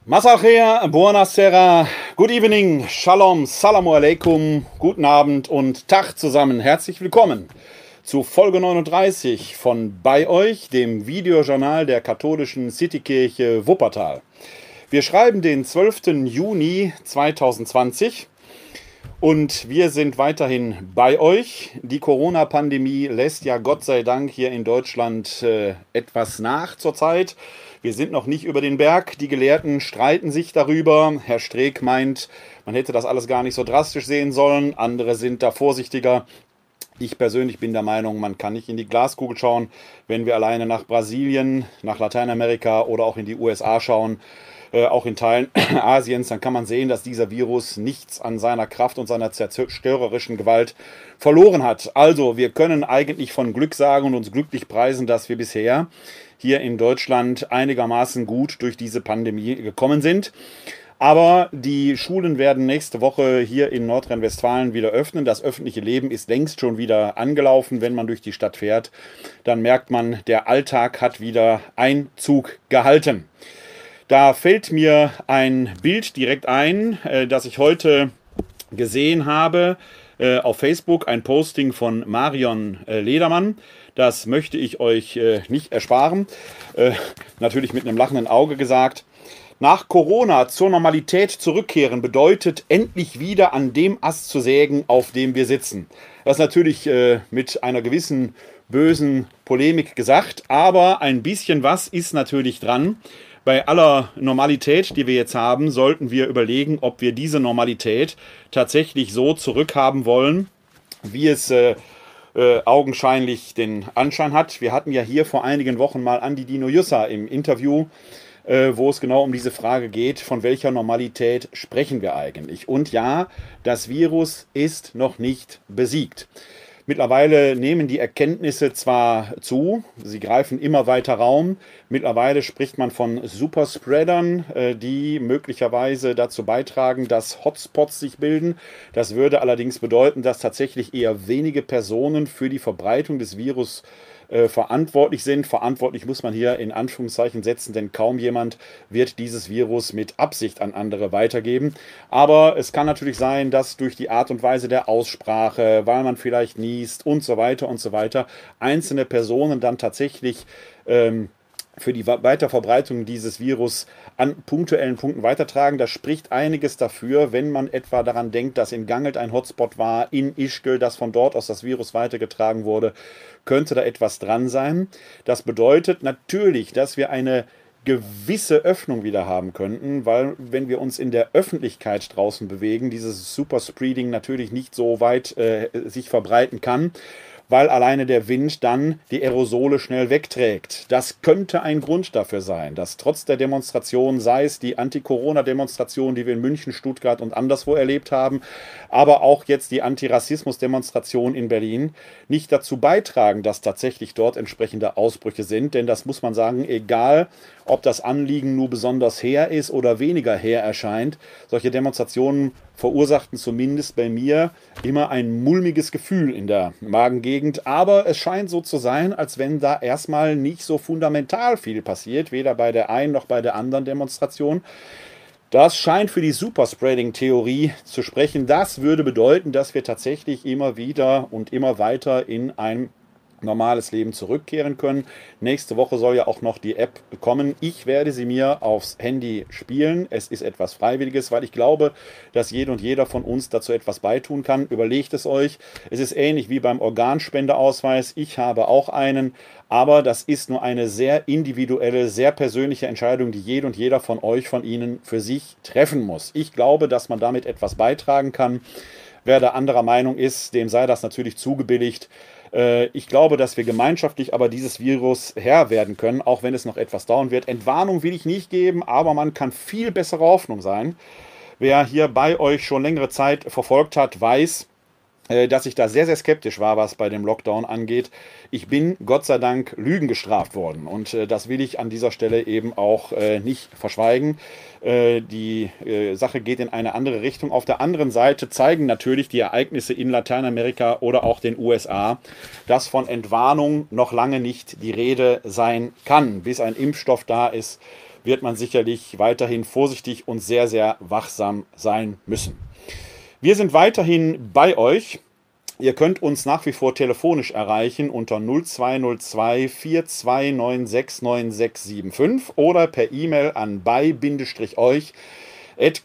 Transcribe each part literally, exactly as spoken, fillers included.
Masal khair, buonasera, good evening, shalom, salamu alaikum, guten Abend und Tag zusammen. Herzlich willkommen zu Folge neununddreißig von Bei euch, dem Videojournal der katholischen Citykirche Wuppertal. Wir schreiben den zwölften Juni zweitausendzwanzig und wir sind weiterhin bei euch. Die Corona-Pandemie lässt ja Gott sei Dank hier in Deutschland äh, etwas nach zurzeit. Wir sind noch nicht über den Berg. Die Gelehrten streiten sich darüber. Herr Streeck meint, man hätte das alles gar nicht so drastisch sehen sollen. Andere sind da vorsichtiger. Ich persönlich bin der Meinung, man kann nicht in die Glaskugel schauen. Wenn wir alleine nach Brasilien, nach Lateinamerika oder auch in die U S A schauen, äh, auch in Teilen Asiens, dann kann man sehen, dass dieser Virus nichts an seiner Kraft und seiner zerstörerischen Gewalt verloren hat. Also, wir können eigentlich von Glück sagen und uns glücklich preisen, dass wir bisher hier in Deutschland einigermaßen gut durch diese Pandemie gekommen sind. Aber die Schulen werden nächste Woche hier in Nordrhein-Westfalen wieder öffnen. Das öffentliche Leben ist längst schon wieder angelaufen. Wenn man durch die Stadt fährt, dann merkt man, der Alltag hat wieder Einzug gehalten. Da fällt mir ein Bild direkt ein, das ich heute gesehen habe auf Facebook, ein Posting von Marion Ledermann. Das möchte ich euch äh, nicht ersparen. Äh, natürlich mit einem lachenden Auge gesagt. Nach Corona zur Normalität zurückkehren bedeutet, endlich wieder an dem Ast zu sägen, auf dem wir sitzen. Das ist natürlich äh, mit einer gewissen bösen Polemik gesagt, aber ein bisschen was ist natürlich dran. Bei aller Normalität, die wir jetzt haben, sollten wir überlegen, ob wir diese Normalität tatsächlich so zurückhaben wollen, wie es äh, Äh, augenscheinlich den Anschein hat. Wir hatten ja hier vor einigen Wochen mal Andi Dino Jussa im Interview, äh, wo es genau um diese Frage geht, von welcher Normalität sprechen wir eigentlich. Und ja, das Virus ist noch nicht besiegt. Mittlerweile nehmen die Erkenntnisse zwar zu, sie greifen immer weiter Raum. Mittlerweile spricht man von Superspreadern, die möglicherweise dazu beitragen, dass Hotspots sich bilden. Das würde allerdings bedeuten, dass tatsächlich eher wenige Personen für die Verbreitung des Virus äh, verantwortlich sind. Verantwortlich muss man hier in Anführungszeichen setzen, denn kaum jemand wird dieses Virus mit Absicht an andere weitergeben. Aber es kann natürlich sein, dass durch die Art und Weise der Aussprache, weil man vielleicht niest und so weiter und so weiter, einzelne Personen dann tatsächlich ähm, für die Weiterverbreitung dieses Virus an punktuellen Punkten weitertragen. Das spricht einiges dafür, wenn man etwa daran denkt, dass in Gangelt ein Hotspot war, in Ischgl, dass von dort aus das Virus weitergetragen wurde, könnte da etwas dran sein. Das bedeutet natürlich, dass wir eine gewisse Öffnung wieder haben könnten, weil wenn wir uns in der Öffentlichkeit draußen bewegen, dieses Superspreading natürlich nicht so weit äh, sich verbreiten kann, weil alleine der Wind dann die Aerosole schnell wegträgt. Das könnte ein Grund dafür sein, dass trotz der Demonstration, sei es die Anti-Corona-Demonstration, die wir in München, Stuttgart und anderswo erlebt haben, aber auch jetzt die Anti-Rassismus-Demonstration in Berlin, nicht dazu beitragen, dass tatsächlich dort entsprechende Ausbrüche sind. Denn das muss man sagen, egal ob das Anliegen nur besonders hehr ist oder weniger hehr erscheint, solche Demonstrationen verursachten zumindest bei mir immer ein mulmiges Gefühl in der Magengegend. Aber es scheint so zu sein, als wenn da erstmal nicht so fundamental viel passiert, weder bei der einen noch bei der anderen Demonstration. Das scheint für die Superspreading-Theorie zu sprechen. Das würde bedeuten, dass wir tatsächlich immer wieder und immer weiter in ein normales Leben zurückkehren können. Nächste Woche soll ja auch noch die App kommen. Ich werde sie mir aufs Handy spielen. Es ist etwas Freiwilliges, weil ich glaube, dass jede und jeder von uns dazu etwas beitun kann. Überlegt es euch. Es ist ähnlich wie beim Organspendeausweis. Ich habe auch einen, aber das ist nur eine sehr individuelle, sehr persönliche Entscheidung, die jede und jeder von euch, von Ihnen für sich treffen muss. Ich glaube, dass man damit etwas beitragen kann. Wer da anderer Meinung ist, dem sei das natürlich zugebilligt. Ich glaube, dass wir gemeinschaftlich aber dieses Virus Herr werden können, auch wenn es noch etwas dauern wird. Entwarnung will ich nicht geben, aber man kann viel bessere Hoffnung sein. Wer hier bei euch schon längere Zeit verfolgt hat, weiß, dass ich da sehr, sehr skeptisch war, was bei dem Lockdown angeht. Ich bin Gott sei Dank Lügen gestraft worden und äh, das will ich an dieser Stelle eben auch äh, nicht verschweigen. Äh, die äh, Sache geht in eine andere Richtung. Auf der anderen Seite zeigen natürlich die Ereignisse in Lateinamerika oder auch den U S A, dass von Entwarnung noch lange nicht die Rede sein kann. Bis ein Impfstoff da ist, wird man sicherlich weiterhin vorsichtig und sehr, sehr wachsam sein müssen. Wir sind weiterhin bei euch. Ihr könnt uns nach wie vor telefonisch erreichen unter null zwei null zwei vier zwei neun sechs neun sechs sieben fünf oder per E-Mail an bei-euch at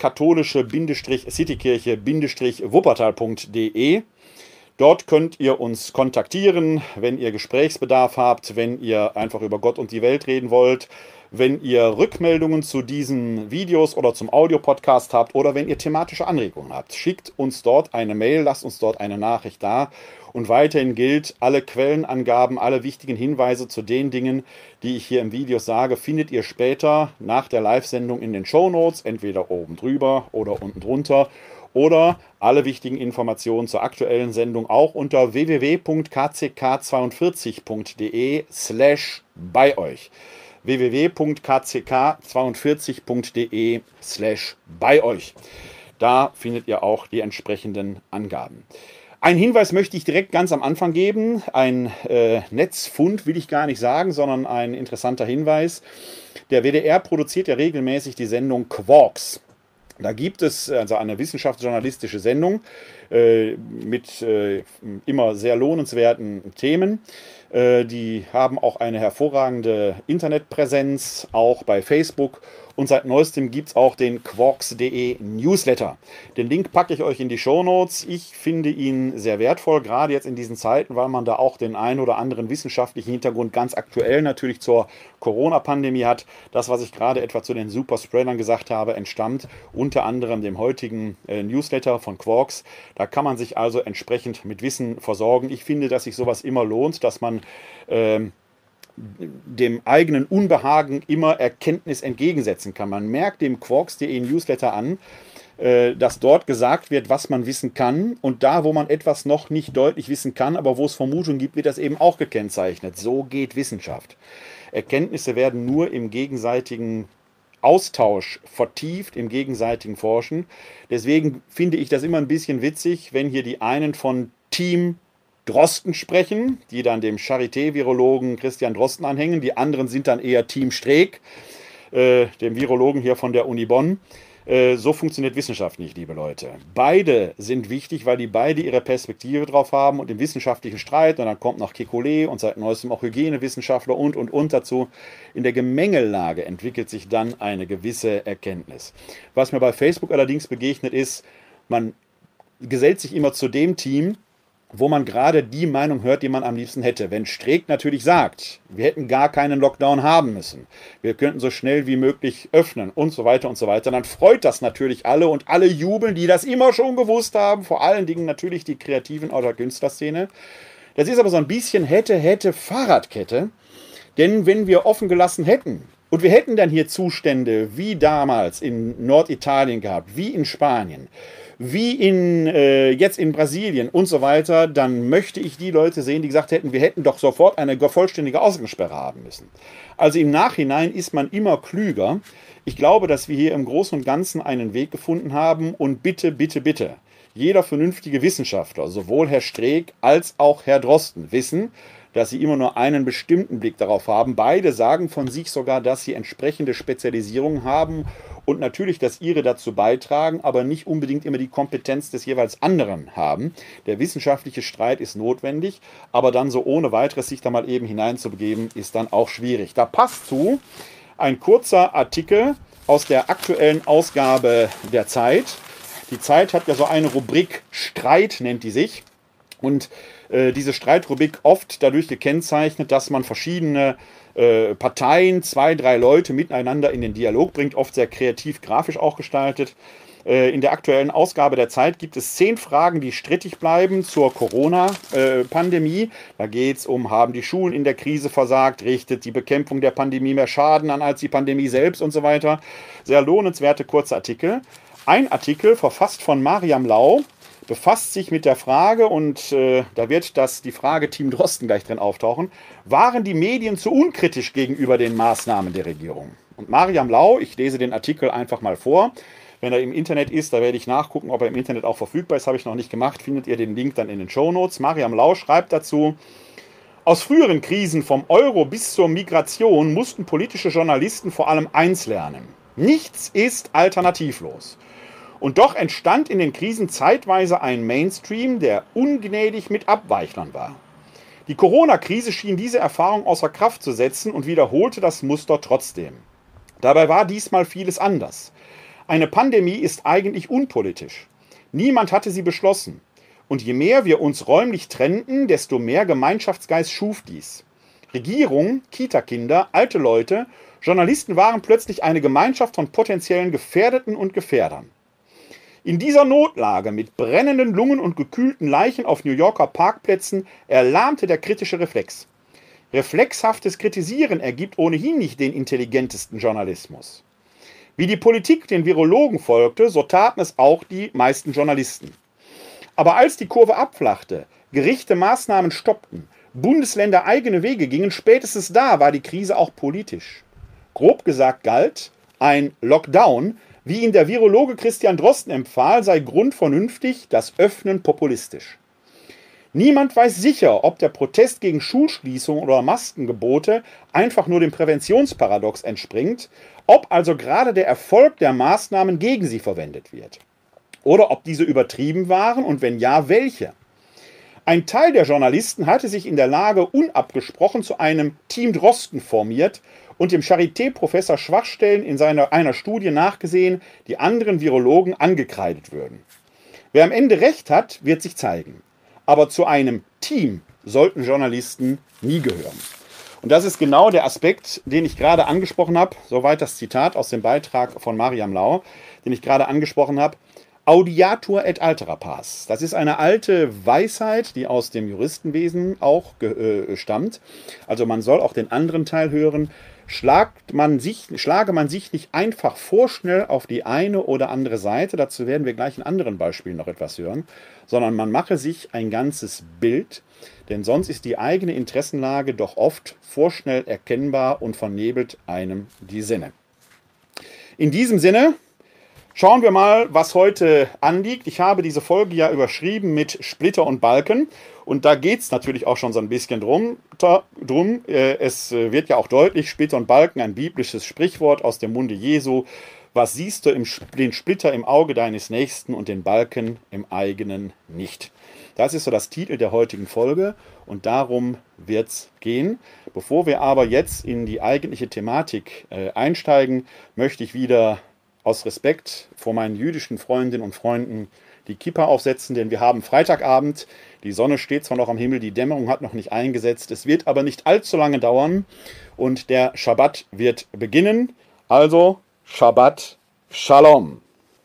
katholische-citykirche-wuppertal punkt de. Dort könnt ihr uns kontaktieren, wenn ihr Gesprächsbedarf habt, wenn ihr einfach über Gott und die Welt reden wollt, wenn ihr Rückmeldungen zu diesen Videos oder zum Audiopodcast habt oder wenn ihr thematische Anregungen habt. Schickt uns dort eine Mail, lasst uns dort eine Nachricht da. Und weiterhin gilt, alle Quellenangaben, alle wichtigen Hinweise zu den Dingen, die ich hier im Video sage, findet ihr später nach der Live-Sendung in den Shownotes, entweder oben drüber oder unten drunter. Oder alle wichtigen Informationen zur aktuellen Sendung auch unter w w w punkt k c k zweiundvierzig punkt de slash bei euch. w w w punkt k c k zweiundvierzig punkt de slash bei euch. Da findet ihr auch die entsprechenden Angaben. Ein Hinweis möchte ich direkt ganz am Anfang geben. Ein äh, Netzfund will ich gar nicht sagen, sondern ein interessanter Hinweis. Der W D R produziert ja regelmäßig die Sendung Quarks. Da gibt es also eine wissenschaftsjournalistische Sendung äh, mit äh, immer sehr lohnenswerten Themen. Äh, die haben auch eine hervorragende Internetpräsenz, auch bei Facebook. Und seit neuestem gibt es auch den quarks punkt de Newsletter. Den Link packe ich euch in die Shownotes. Ich finde ihn sehr wertvoll, gerade jetzt in diesen Zeiten, weil man da auch den einen oder anderen wissenschaftlichen Hintergrund ganz aktuell natürlich zur Corona-Pandemie hat. Das, was ich gerade etwa zu den Superspreadern gesagt habe, entstammt unter anderem dem heutigen äh, Newsletter von Quarks. Da kann man sich also entsprechend mit Wissen versorgen. Ich finde, dass sich sowas immer lohnt, dass man ähm, dem eigenen Unbehagen immer Erkenntnis entgegensetzen kann. Man merkt dem quarks punkt de Newsletter an, äh, dass dort gesagt wird, was man wissen kann, und da, wo man etwas noch nicht deutlich wissen kann, aber wo es Vermutungen gibt, wird das eben auch gekennzeichnet. So geht Wissenschaft. Erkenntnisse werden nur im gegenseitigen Austausch vertieft, im gegenseitigen Forschen. Deswegen finde ich das immer ein bisschen witzig, wenn hier die einen von Team Drosten sprechen, die dann dem Charité-Virologen Christian Drosten anhängen. Die anderen sind dann eher Team Streeck, äh, dem Virologen hier von der Uni Bonn. Äh, so funktioniert Wissenschaft nicht, liebe Leute. Beide sind wichtig, weil die beide ihre Perspektive drauf haben, und im wissenschaftlichen Streit, und dann kommt noch Kekulé und seit neuestem auch Hygienewissenschaftler und, und, und dazu. In der Gemengelage entwickelt sich dann eine gewisse Erkenntnis. Was mir bei Facebook allerdings begegnet ist, man gesellt sich immer zu dem Team, wo man gerade die Meinung hört, die man am liebsten hätte. Wenn Streeck natürlich sagt, wir hätten gar keinen Lockdown haben müssen, wir könnten so schnell wie möglich öffnen und so weiter und so weiter, dann freut das natürlich alle und alle jubeln, die das immer schon gewusst haben, vor allen Dingen natürlich die Kreativen oder Künstlerszene. Das ist aber so ein bisschen hätte, hätte Fahrradkette, denn wenn wir offen gelassen hätten und wir hätten dann hier Zustände wie damals in Norditalien gehabt, wie in Spanien, wie in, äh, jetzt in Brasilien und so weiter, dann möchte ich die Leute sehen, die gesagt hätten, wir hätten doch sofort eine vollständige Ausgangssperre haben müssen. Also im Nachhinein ist man immer klüger. Ich glaube, dass wir hier im Großen und Ganzen einen Weg gefunden haben, und bitte, bitte, bitte, jeder vernünftige Wissenschaftler, sowohl Herr Streeck als auch Herr Drosten, wissen, dass sie immer nur einen bestimmten Blick darauf haben. Beide sagen von sich sogar, dass sie entsprechende Spezialisierungen haben und natürlich, dass ihre dazu beitragen, aber nicht unbedingt immer die Kompetenz des jeweils anderen haben. Der wissenschaftliche Streit ist notwendig, aber dann so ohne weiteres sich da mal eben hineinzubegeben, ist dann auch schwierig. Da passt zu ein kurzer Artikel aus der aktuellen Ausgabe der Zeit. Die Zeit hat ja so eine Rubrik Streit, nennt die sich. Und äh, diese Streitrubrik oft dadurch gekennzeichnet, dass man verschiedene äh, Parteien, zwei, drei Leute miteinander in den Dialog bringt, oft sehr kreativ, grafisch auch gestaltet. Äh, in der aktuellen Ausgabe der Zeit gibt es zehn Fragen, die strittig bleiben zur Corona-Pandemie. Äh, da geht es um, haben die Schulen in der Krise versagt, richtet die Bekämpfung der Pandemie mehr Schaden an als die Pandemie selbst und so weiter. Sehr lohnenswerte kurze Artikel. Ein Artikel, verfasst von Mariam Lau, befasst sich mit der Frage, und äh, da wird das, die Frage Team Drosten gleich drin auftauchen, waren die Medien zu unkritisch gegenüber den Maßnahmen der Regierung? Und Mariam Lau, ich lese den Artikel einfach mal vor, wenn er im Internet ist, da werde ich nachgucken, ob er im Internet auch verfügbar ist, habe ich noch nicht gemacht, findet ihr den Link dann in den Shownotes. Mariam Lau schreibt dazu: Aus früheren Krisen vom Euro bis zur Migration mussten politische Journalisten vor allem eins lernen: Nichts ist alternativlos. Und doch entstand in den Krisen zeitweise ein Mainstream, der ungnädig mit Abweichlern war. Die Corona-Krise schien diese Erfahrung außer Kraft zu setzen und wiederholte das Muster trotzdem. Dabei war diesmal vieles anders. Eine Pandemie ist eigentlich unpolitisch. Niemand hatte sie beschlossen. Und je mehr wir uns räumlich trennten, desto mehr Gemeinschaftsgeist schuf dies. Regierung, Kita-Kinder, alte Leute, Journalisten waren plötzlich eine Gemeinschaft von potenziellen Gefährdeten und Gefährdern. In dieser Notlage mit brennenden Lungen und gekühlten Leichen auf New Yorker Parkplätzen erlahmte der kritische Reflex. Reflexhaftes Kritisieren ergibt ohnehin nicht den intelligentesten Journalismus. Wie die Politik den Virologen folgte, so taten es auch die meisten Journalisten. Aber als die Kurve abflachte, Gerichte Maßnahmen stoppten, Bundesländer eigene Wege gingen, spätestens da war die Krise auch politisch. Grob gesagt galt, ein Lockdown, wie ihn der Virologe Christian Drosten empfahl, sei grundvernünftig, das Öffnen populistisch. Niemand weiß sicher, ob der Protest gegen Schulschließungen oder Maskengebote einfach nur dem Präventionsparadox entspringt, ob also gerade der Erfolg der Maßnahmen gegen sie verwendet wird. Oder ob diese übertrieben waren und wenn ja, welche. Ein Teil der Journalisten hatte sich in der Lage unabgesprochen zu einem Team Drosten formiert und dem Charité-Professor Schwachstellen in seiner, einer Studie nachgesehen, die anderen Virologen angekreidet würden. Wer am Ende recht hat, wird sich zeigen. Aber zu einem Team sollten Journalisten nie gehören. Und das ist genau der Aspekt, den ich gerade angesprochen habe, soweit das Zitat aus dem Beitrag von Mariam Lau, den ich gerade angesprochen habe. Audiatur et altera pars. Das ist eine alte Weisheit, die aus dem Juristenwesen auch äh, stammt. Also man soll auch den anderen Teil hören. Schlagt man sich, schlage man sich nicht einfach vorschnell auf die eine oder andere Seite, dazu werden wir gleich in anderen Beispielen noch etwas hören, sondern man mache sich ein ganzes Bild, denn sonst ist die eigene Interessenlage doch oft vorschnell erkennbar und vernebelt einem die Sinne. In diesem Sinne schauen wir mal, was heute anliegt. Ich habe diese Folge ja überschrieben mit Splitter und Balken. Und da geht es natürlich auch schon so ein bisschen drum. drum. Es wird ja auch deutlich, Splitter und Balken, ein biblisches Sprichwort aus dem Munde Jesu. Was siehst du, im, den Splitter im Auge deines Nächsten und den Balken im eigenen nicht? Das ist so das Titel der heutigen Folge und darum wird es gehen. Bevor wir aber jetzt in die eigentliche Thematik äh, einsteigen, möchte ich wieder aus Respekt vor meinen jüdischen Freundinnen und Freunden die Kippa aufsetzen, denn wir haben Freitagabend, die Sonne steht zwar noch am Himmel, die Dämmerung hat noch nicht eingesetzt, es wird aber nicht allzu lange dauern und der Schabbat wird beginnen, also Shabbat Shalom.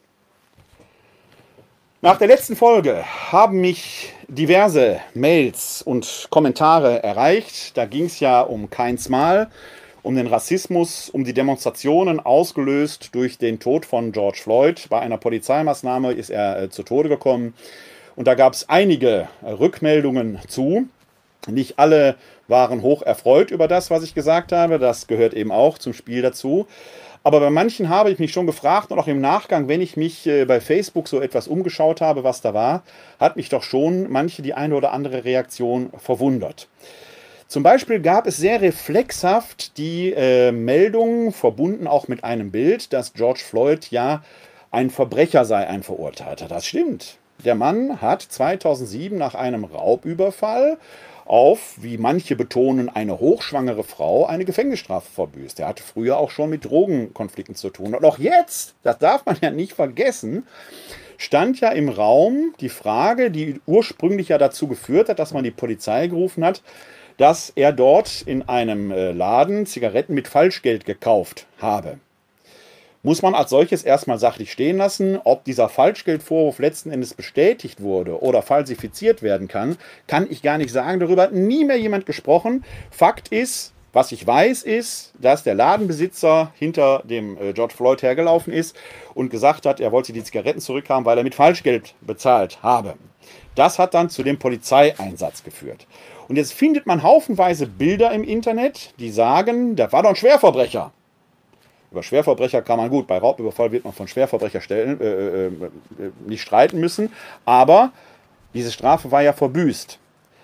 Nach der letzten Folge haben mich diverse Mails und Kommentare erreicht, da ging es ja um Keins Mal, um den Rassismus, um die Demonstrationen, ausgelöst durch den Tod von George Floyd. Bei einer Polizeimaßnahme ist er äh, zu Tode gekommen. Und da gab es einige äh, Rückmeldungen zu. Nicht alle waren hoch erfreut über das, was ich gesagt habe. Das gehört eben auch zum Spiel dazu. Aber bei manchen habe ich mich schon gefragt und auch im Nachgang, wenn ich mich äh, bei Facebook so etwas umgeschaut habe, was da war, hat mich doch schon manche die eine oder andere Reaktion verwundert. Zum Beispiel gab es sehr reflexhaft die äh, Meldung, verbunden auch mit einem Bild, dass George Floyd ja ein Verbrecher sei, ein Verurteilter. Das stimmt. Der Mann hat zweitausendsieben nach einem Raubüberfall auf, wie manche betonen, eine hochschwangere Frau eine Gefängnisstrafe verbüßt. Er hatte früher auch schon mit Drogenkonflikten zu tun. Und auch jetzt, das darf man ja nicht vergessen, stand ja im Raum die Frage, die ursprünglich ja dazu geführt hat, dass man die Polizei gerufen hat, dass er dort in einem Laden Zigaretten mit Falschgeld gekauft habe. Muss man als solches erstmal sachlich stehen lassen. Ob dieser Falschgeldvorwurf letzten Endes bestätigt wurde oder falsifiziert werden kann, kann ich gar nicht sagen. Darüber hat nie mehr jemand gesprochen. Fakt ist, was ich weiß, ist, dass der Ladenbesitzer hinter dem George Floyd hergelaufen ist und gesagt hat, er wollte die Zigaretten zurückhaben, weil er mit Falschgeld bezahlt habe. Das hat dann zu dem Polizeieinsatz geführt. Und jetzt findet man haufenweise Bilder im Internet, die sagen, der war doch ein Schwerverbrecher. Über Schwerverbrecher kann man gut, bei Raubüberfall wird man von Schwerverbrecherstellen äh, äh, nicht streiten müssen, aber diese Strafe war ja verbüßt.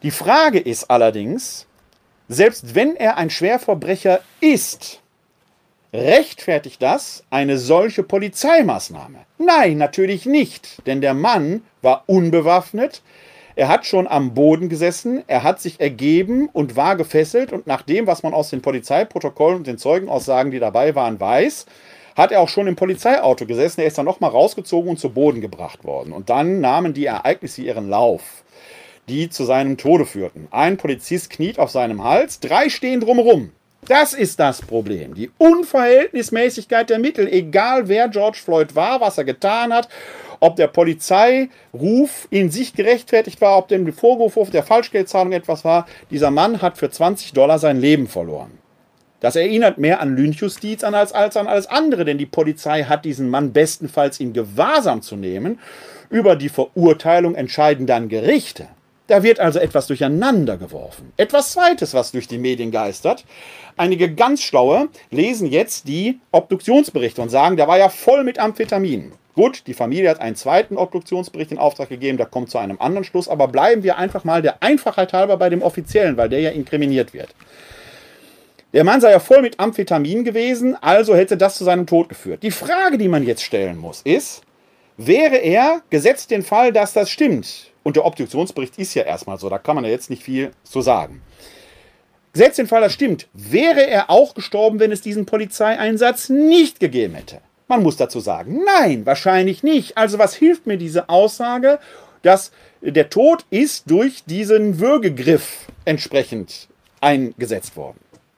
Die Frage ist allerdings, selbst wenn er ein Schwerverbrecher ist, rechtfertigt das eine solche Polizeimaßnahme? Nein, natürlich nicht, denn der Mann war unbewaffnet, er hat schon am Boden gesessen, er hat sich ergeben und war gefesselt und nach dem, was man aus den Polizeiprotokollen und den Zeugenaussagen, die dabei waren, weiß, hat er auch schon im Polizeiauto gesessen, er ist dann nochmal rausgezogen und zu Boden gebracht worden. Und dann nahmen die Ereignisse ihren Lauf, die zu seinem Tode führten. Ein Polizist kniet auf seinem Hals, drei stehen drumherum. Das ist das Problem. Die Unverhältnismäßigkeit der Mittel, egal wer George Floyd war, was er getan hat, ob der Polizeiruf in sich gerechtfertigt war, ob der Vorwurf der Falschgeldzahlung etwas war. Dieser Mann hat für zwanzig Dollar sein Leben verloren. Das erinnert mehr an Lynchjustiz an als, als an alles andere, denn die Polizei hat diesen Mann bestenfalls in Gewahrsam zu nehmen. Über die Verurteilung entscheiden dann Gerichte. Da wird also etwas durcheinander geworfen. Etwas Zweites, was durch die Medien geistert. Einige ganz Schlaue lesen jetzt die Obduktionsberichte und sagen, der war ja voll mit Amphetamin. Gut, die Familie hat einen zweiten Obduktionsbericht in Auftrag gegeben, der kommt zu einem anderen Schluss, aber bleiben wir einfach mal der Einfachheit halber bei dem offiziellen, weil der ja inkriminiert wird. Der Mann sei ja voll mit Amphetamin gewesen, also hätte das zu seinem Tod geführt. Die Frage, die man jetzt stellen muss, ist, wäre er, gesetzt den Fall, dass das stimmt, und der Obduktionsbericht ist ja erstmal so, da kann man ja jetzt nicht viel zu sagen. Gesetzt den Fall, das stimmt, wäre er auch gestorben, wenn es diesen Polizeieinsatz nicht gegeben hätte? Man muss dazu sagen, nein, wahrscheinlich nicht. Also was hilft mir diese Aussage, dass der Tod ist durch diesen Würgegriff entsprechend eingesetzt worden?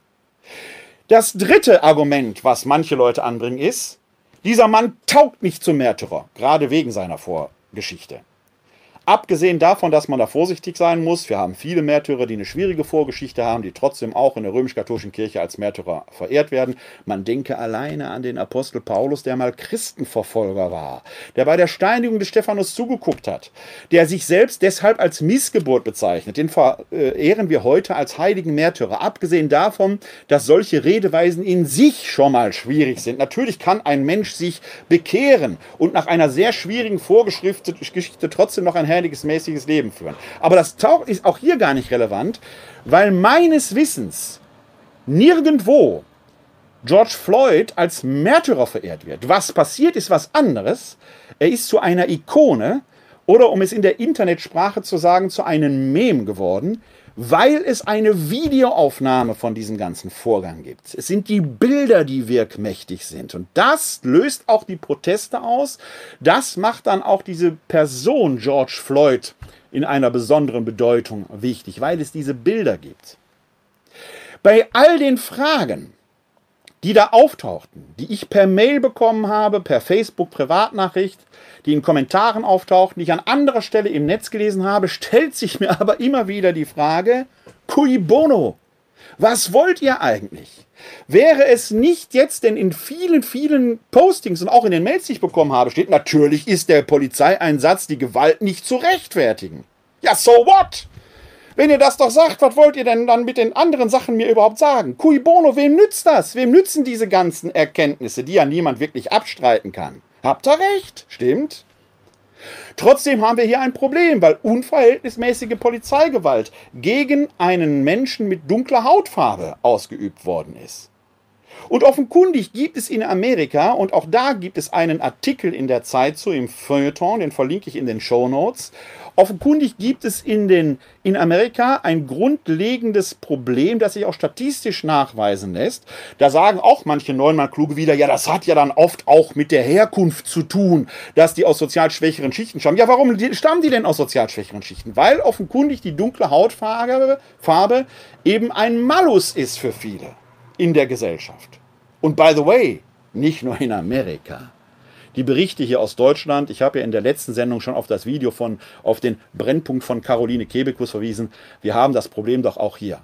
Das dritte Argument, was manche Leute anbringen, ist, dieser Mann taugt nicht zum Märtyrer, gerade wegen seiner Vorgeschichte. Abgesehen davon, dass man da vorsichtig sein muss, wir haben viele Märtyrer, die eine schwierige Vorgeschichte haben, die trotzdem auch in der römisch-katholischen Kirche als Märtyrer verehrt werden. Man denke alleine an den Apostel Paulus, der mal Christenverfolger war, der bei der Steinigung des Stephanus zugeguckt hat, der sich selbst deshalb als Missgeburt bezeichnet. Den verehren wir heute als heiligen Märtyrer. Abgesehen davon, dass solche Redeweisen in sich schon mal schwierig sind. Natürlich kann ein Mensch sich bekehren und nach einer sehr schwierigen Vorgeschichte trotzdem noch ein heiliges, mäßiges Leben führen. Aber das ist auch hier gar nicht relevant, weil meines Wissens nirgendwo George Floyd als Märtyrer verehrt wird. Was passiert, ist was anderes. Er ist zu einer Ikone oder, um es in der Internetsprache zu sagen, zu einem Meme geworden, weil es eine Videoaufnahme von diesem ganzen Vorgang gibt. Es sind die Bilder, die wirkmächtig sind. Und das löst auch die Proteste aus. Das macht dann auch diese Person George Floyd in einer besonderen Bedeutung wichtig, weil es diese Bilder gibt. Bei all den Fragen, die da auftauchten, die ich per Mail bekommen habe, per Facebook-Privatnachricht, die in Kommentaren auftauchten, die ich an anderer Stelle im Netz gelesen habe, stellt sich mir aber immer wieder die Frage, cui bono? Was wollt ihr eigentlich? Wäre es nicht jetzt, denn in vielen, vielen Postings und auch in den Mails, die ich bekommen habe, steht, natürlich ist der Polizeieinsatz, die Gewalt nicht zu rechtfertigen. Ja, so what? Wenn ihr das doch sagt, was wollt ihr denn dann mit den anderen Sachen mir überhaupt sagen? Cui bono, wem nützt das? Wem nützen diese ganzen Erkenntnisse, die ja niemand wirklich abstreiten kann? Habt ihr recht? Stimmt. Trotzdem haben wir hier ein Problem, weil unverhältnismäßige Polizeigewalt gegen einen Menschen mit dunkler Hautfarbe ausgeübt worden ist. Und offenkundig gibt es in Amerika, und auch da gibt es einen Artikel in der Zeit zu, im Feuilleton, den verlinke ich in den Shownotes. Offenkundig gibt es in, den, in Amerika ein grundlegendes Problem, das sich auch statistisch nachweisen lässt. Da sagen auch manche neunmal Kluge wieder, ja, das hat ja dann oft auch mit der Herkunft zu tun, dass die aus sozial schwächeren Schichten stammen. Ja, warum stammen die denn aus sozial schwächeren Schichten? Weil offenkundig die dunkle Hautfarbe Farbe eben ein Malus ist für viele in der Gesellschaft. Und by the way, nicht nur in Amerika. Die Berichte hier aus Deutschland, ich habe ja in der letzten Sendung schon auf das Video von, auf den Brennpunkt von Caroline Kebekus verwiesen. Wir haben das Problem doch auch hier.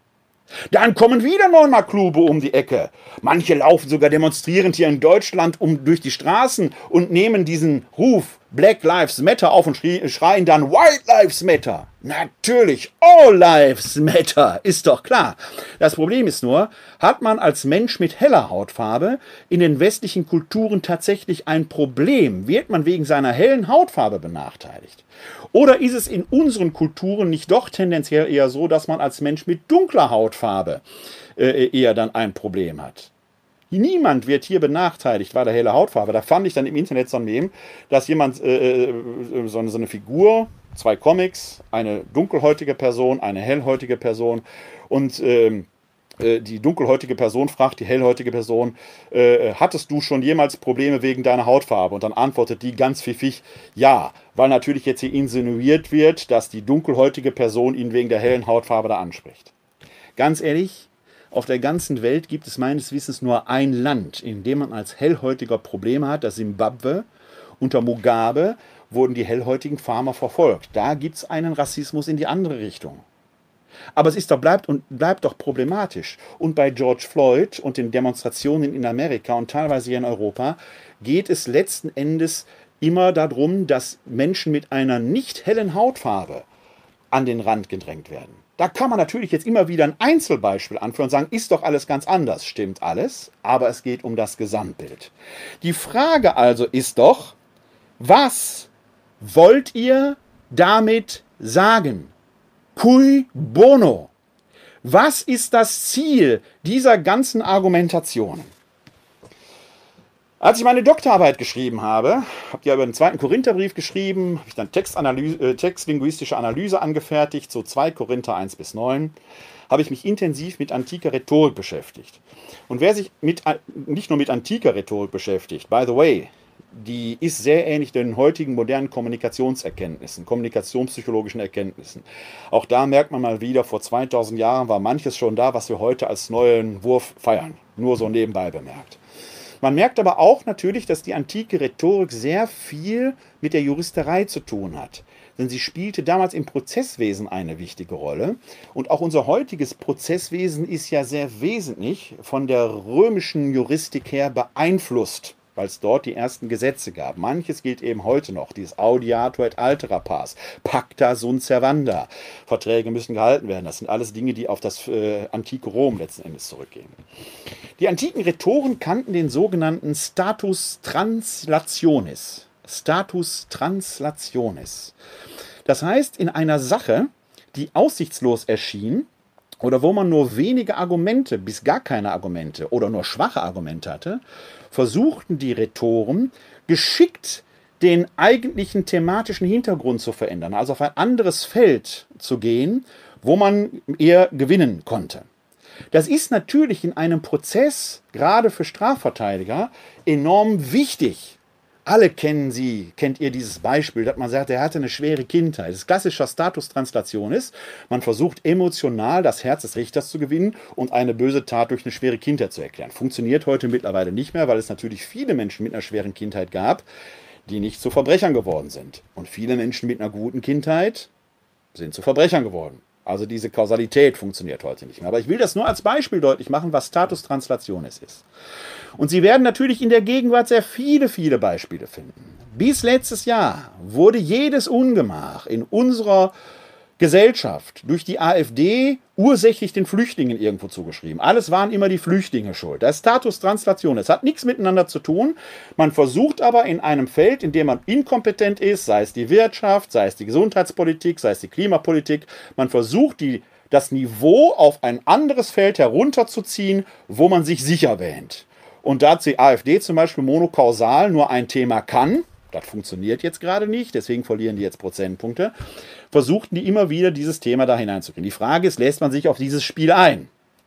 Dann kommen wieder neunmal Kluge um die Ecke. Manche laufen sogar demonstrierend hier in Deutschland um durch die Straßen und nehmen diesen Ruf Black Lives Matter auf und schreien dann White Lives Matter. Natürlich, All Lives Matter, ist doch klar. Das Problem ist nur, hat man als Mensch mit heller Hautfarbe in den westlichen Kulturen tatsächlich ein Problem? Wird man wegen seiner hellen Hautfarbe benachteiligt? Oder ist es in unseren Kulturen nicht doch tendenziell eher so, dass man als Mensch mit dunkler Hautfarbe äh, eher dann ein Problem hat? Niemand wird hier benachteiligt, weil der helle Hautfarbe. Da fand ich dann im Internet so ein Meme, dass jemand, äh, so, eine, so eine Figur, zwei Comics, eine dunkelhäutige Person, eine hellhäutige Person und ähm, äh, die dunkelhäutige Person fragt die hellhäutige Person, äh, hattest du schon jemals Probleme wegen deiner Hautfarbe? Und dann antwortet die ganz pfiffig, ja, weil natürlich jetzt hier insinuiert wird, dass die dunkelhäutige Person ihn wegen der hellen Hautfarbe da anspricht. Ganz ehrlich, auf der ganzen Welt gibt es meines Wissens nur ein Land, in dem man als Hellhäutiger Probleme hat, das Simbabwe. Unter Mugabe wurden die hellhäutigen Farmer verfolgt. Da gibt es einen Rassismus in die andere Richtung. Aber es ist doch, bleibt, und bleibt doch problematisch. Und bei George Floyd und den Demonstrationen in Amerika und teilweise hier in Europa geht es letzten Endes immer darum, dass Menschen mit einer nicht hellen Hautfarbe an den Rand gedrängt werden. Da kann man natürlich jetzt immer wieder ein Einzelbeispiel anführen und sagen, ist doch alles ganz anders. Stimmt alles, aber es geht um das Gesamtbild. Die Frage also ist doch, was wollt ihr damit sagen? Cui bono? Was ist das Ziel dieser ganzen Argumentationen? Als ich meine Doktorarbeit geschrieben habe, habe ja über den zweiten Korintherbrief geschrieben, habe ich dann Textanalyse, äh, textlinguistische Analyse angefertigt, so zwei Korinther eins bis neun, habe ich mich intensiv mit antiker Rhetorik beschäftigt. Und wer sich mit, nicht nur mit antiker Rhetorik beschäftigt, by the way, die ist sehr ähnlich den heutigen modernen Kommunikationserkenntnissen, kommunikationspsychologischen Erkenntnissen. Auch da merkt man mal wieder, vor zweitausend Jahren war manches schon da, was wir heute als neuen Wurf feiern. Nur so nebenbei bemerkt. Man merkt aber auch natürlich, dass die antike Rhetorik sehr viel mit der Juristerei zu tun hat. Denn sie spielte damals im Prozesswesen eine wichtige Rolle. Und auch unser heutiges Prozesswesen ist ja sehr wesentlich von der römischen Juristik her beeinflusst, weil es dort die ersten Gesetze gab. Manches gilt eben heute noch, dieses Audiatur et altera pars, pacta sunt servanda. Verträge müssen gehalten werden. Das sind alles Dinge, die auf das äh, antike Rom letzten Endes zurückgehen. Die antiken Rhetoren kannten den sogenannten Status translationis. Status translationis. Das heißt, in einer Sache, die aussichtslos erschien, oder wo man nur wenige Argumente, bis gar keine Argumente oder nur schwache Argumente hatte, versuchten die Rhetoren geschickt den eigentlichen thematischen Hintergrund zu verändern, also auf ein anderes Feld zu gehen, wo man eher gewinnen konnte. Das ist natürlich in einem Prozess, gerade für Strafverteidiger, enorm wichtig. Alle kennen sie, kennt ihr dieses Beispiel, dass man sagt, er hatte eine schwere Kindheit. Das klassische Statustranslation ist, man versucht emotional das Herz des Richters zu gewinnen und eine böse Tat durch eine schwere Kindheit zu erklären. Funktioniert heute mittlerweile nicht mehr, weil es natürlich viele Menschen mit einer schweren Kindheit gab, die nicht zu Verbrechern geworden sind. Und viele Menschen mit einer guten Kindheit sind zu Verbrechern geworden. Also diese Kausalität funktioniert heute nicht mehr. Aber ich will das nur als Beispiel deutlich machen, was Status Translationis ist. Und Sie werden natürlich in der Gegenwart sehr viele, viele Beispiele finden. Bis letztes Jahr wurde jedes Ungemach in unserer Gesellschaft durch die AfD ursächlich den Flüchtlingen irgendwo zugeschrieben. Alles waren immer die Flüchtlinge schuld. Das ist Status Translationis. Es hat nichts miteinander zu tun. Man versucht aber in einem Feld, in dem man inkompetent ist, sei es die Wirtschaft, sei es die Gesundheitspolitik, sei es die Klimapolitik, man versucht, die, das Niveau auf ein anderes Feld herunterzuziehen, wo man sich sicher wähnt. Und da die AfD zum Beispiel monokausal nur ein Thema kann, das funktioniert jetzt gerade nicht, deswegen verlieren die jetzt Prozentpunkte, versuchten die immer wieder dieses Thema da hineinzukriegen. Die Frage ist, lässt man sich auf dieses Spiel ein?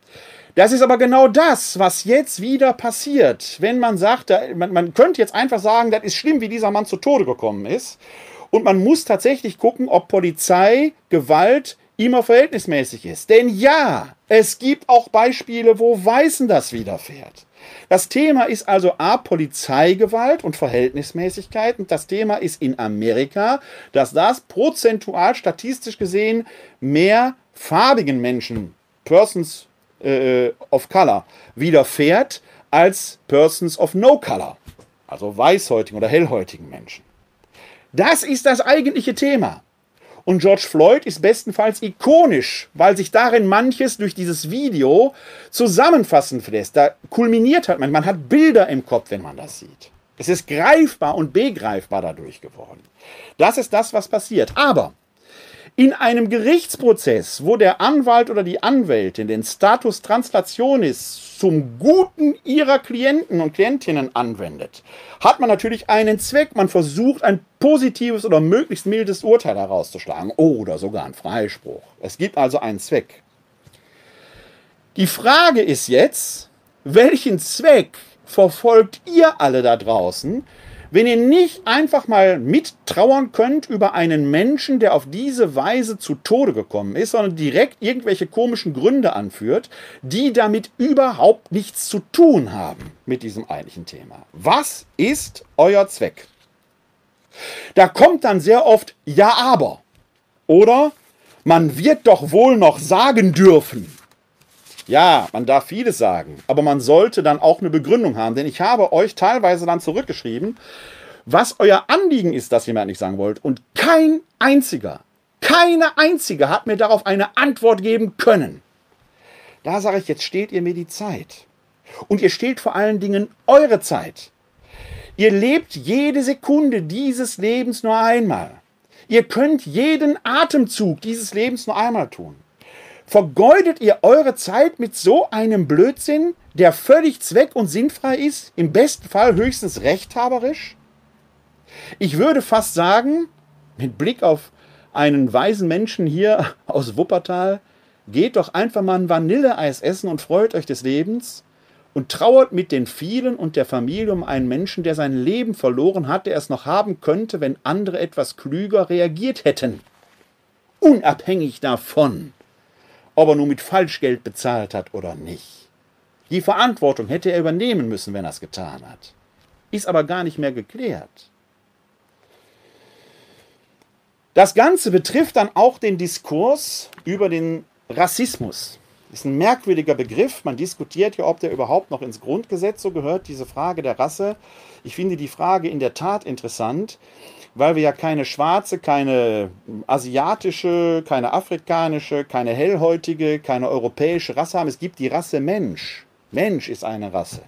Das ist aber genau das, was jetzt wieder passiert. Wenn man sagt, man, man könnte jetzt einfach sagen, das ist schlimm, wie dieser Mann zu Tode gekommen ist. Und man muss tatsächlich gucken, ob Polizei, Gewalt immer verhältnismäßig ist. Denn ja, es gibt auch Beispiele, wo Weißen das widerfährt. Das Thema ist also A, Polizeigewalt und Verhältnismäßigkeit. Und das Thema ist in Amerika, dass das prozentual statistisch gesehen mehr farbigen Menschen, Persons äh, of Color, widerfährt als Persons of No Color, also weißhäutigen oder hellhäutigen Menschen. Das ist das eigentliche Thema. Und George Floyd ist bestenfalls ikonisch, weil sich darin manches durch dieses Video zusammenfassen lässt. Da kulminiert hat man, man hat Bilder im Kopf, wenn man das sieht. Es ist greifbar und begreifbar dadurch geworden. Das ist das, was passiert. Aber in einem Gerichtsprozess, wo der Anwalt oder die Anwältin den Status Translationis zum Guten ihrer Klienten und Klientinnen anwendet, hat man natürlich einen Zweck. Man versucht, ein positives oder möglichst mildes Urteil herauszuschlagen oder sogar einen Freispruch. Es gibt also einen Zweck. Die Frage ist jetzt, welchen Zweck verfolgt ihr alle da draußen, wenn ihr nicht einfach mal mittrauern könnt über einen Menschen, der auf diese Weise zu Tode gekommen ist, sondern direkt irgendwelche komischen Gründe anführt, die damit überhaupt nichts zu tun haben mit diesem eigentlichen Thema. Was ist euer Zweck? Da kommt dann sehr oft ja, aber oder man wird doch wohl noch sagen dürfen. Ja, man darf vieles sagen, aber man sollte dann auch eine Begründung haben, denn ich habe euch teilweise dann zurückgeschrieben, was euer Anliegen ist, das ihr mir nicht sagen wollt, und kein einziger, keine einzige hat mir darauf eine Antwort geben können. Da sage ich, jetzt steht ihr mir die Zeit. Und ihr steht vor allen Dingen eure Zeit. Ihr lebt jede Sekunde dieses Lebens nur einmal. Ihr könnt jeden Atemzug dieses Lebens nur einmal tun. Vergeudet ihr eure Zeit mit so einem Blödsinn, der völlig zweck- und sinnfrei ist, im besten Fall höchstens rechthaberisch? Ich würde fast sagen, mit Blick auf einen weisen Menschen hier aus Wuppertal, geht doch einfach mal ein Vanilleeis essen und freut euch des Lebens und trauert mit den vielen und der Familie um einen Menschen, der sein Leben verloren hat, der es noch haben könnte, wenn andere etwas klüger reagiert hätten. Unabhängig davon, ob er nur mit Falschgeld bezahlt hat oder nicht. Die Verantwortung hätte er übernehmen müssen, wenn er es getan hat. Ist aber gar nicht mehr geklärt. Das Ganze betrifft dann auch den Diskurs über den Rassismus. Das ist ein merkwürdiger Begriff. Man diskutiert ja, ob der überhaupt noch ins Grundgesetz so gehört, diese Frage der Rasse. Ich finde die Frage in der Tat interessant, weil wir ja keine schwarze, keine asiatische, keine afrikanische, keine hellhäutige, keine europäische Rasse haben. Es gibt die Rasse Mensch. Mensch ist eine Rasse.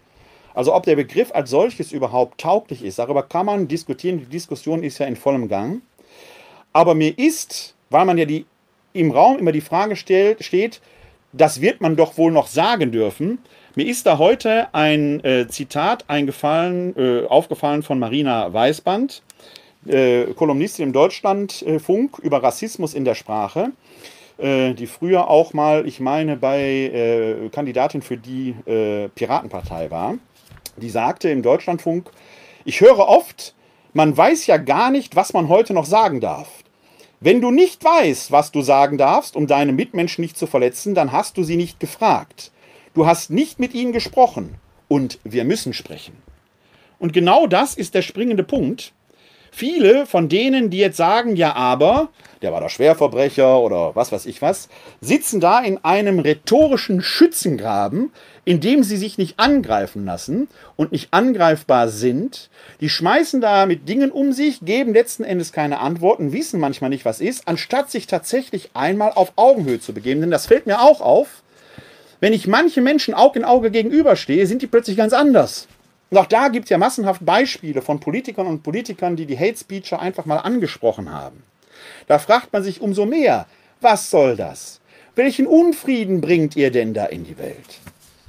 Also ob der Begriff als solches überhaupt tauglich ist, darüber kann man diskutieren. Die Diskussion ist ja in vollem Gang. Aber mir ist, weil man ja die, im Raum immer die Frage stellt, steht, das wird man doch wohl noch sagen dürfen. Mir ist da heute ein äh, Zitat eingefallen, äh, aufgefallen von Marina Weißband, äh, Kolumnistin im Deutschlandfunk über Rassismus in der Sprache, äh, die früher auch mal, ich meine, bei äh, Kandidatin für die äh, Piratenpartei war. Die sagte im Deutschlandfunk, ich höre oft, man weiß ja gar nicht, was man heute noch sagen darf. Wenn du nicht weißt, was du sagen darfst, um deine Mitmenschen nicht zu verletzen, dann hast du sie nicht gefragt. Du hast nicht mit ihnen gesprochen. Und wir müssen sprechen. Und genau das ist der springende Punkt. Viele von denen, die jetzt sagen, ja aber, der war doch Schwerverbrecher oder was weiß ich was, sitzen da in einem rhetorischen Schützengraben, in dem sie sich nicht angreifen lassen und nicht angreifbar sind. Die schmeißen da mit Dingen um sich, geben letzten Endes keine Antworten, wissen manchmal nicht, was ist, anstatt sich tatsächlich einmal auf Augenhöhe zu begeben. Denn das fällt mir auch auf, wenn ich manche Menschen Auge in Auge gegenüberstehe, sind die plötzlich ganz anders. Und auch da gibt es ja massenhaft Beispiele von Politikern und Politikern, die die Hate Speecher einfach mal angesprochen haben. Da fragt man sich umso mehr, was soll das? Welchen Unfrieden bringt ihr denn da in die Welt?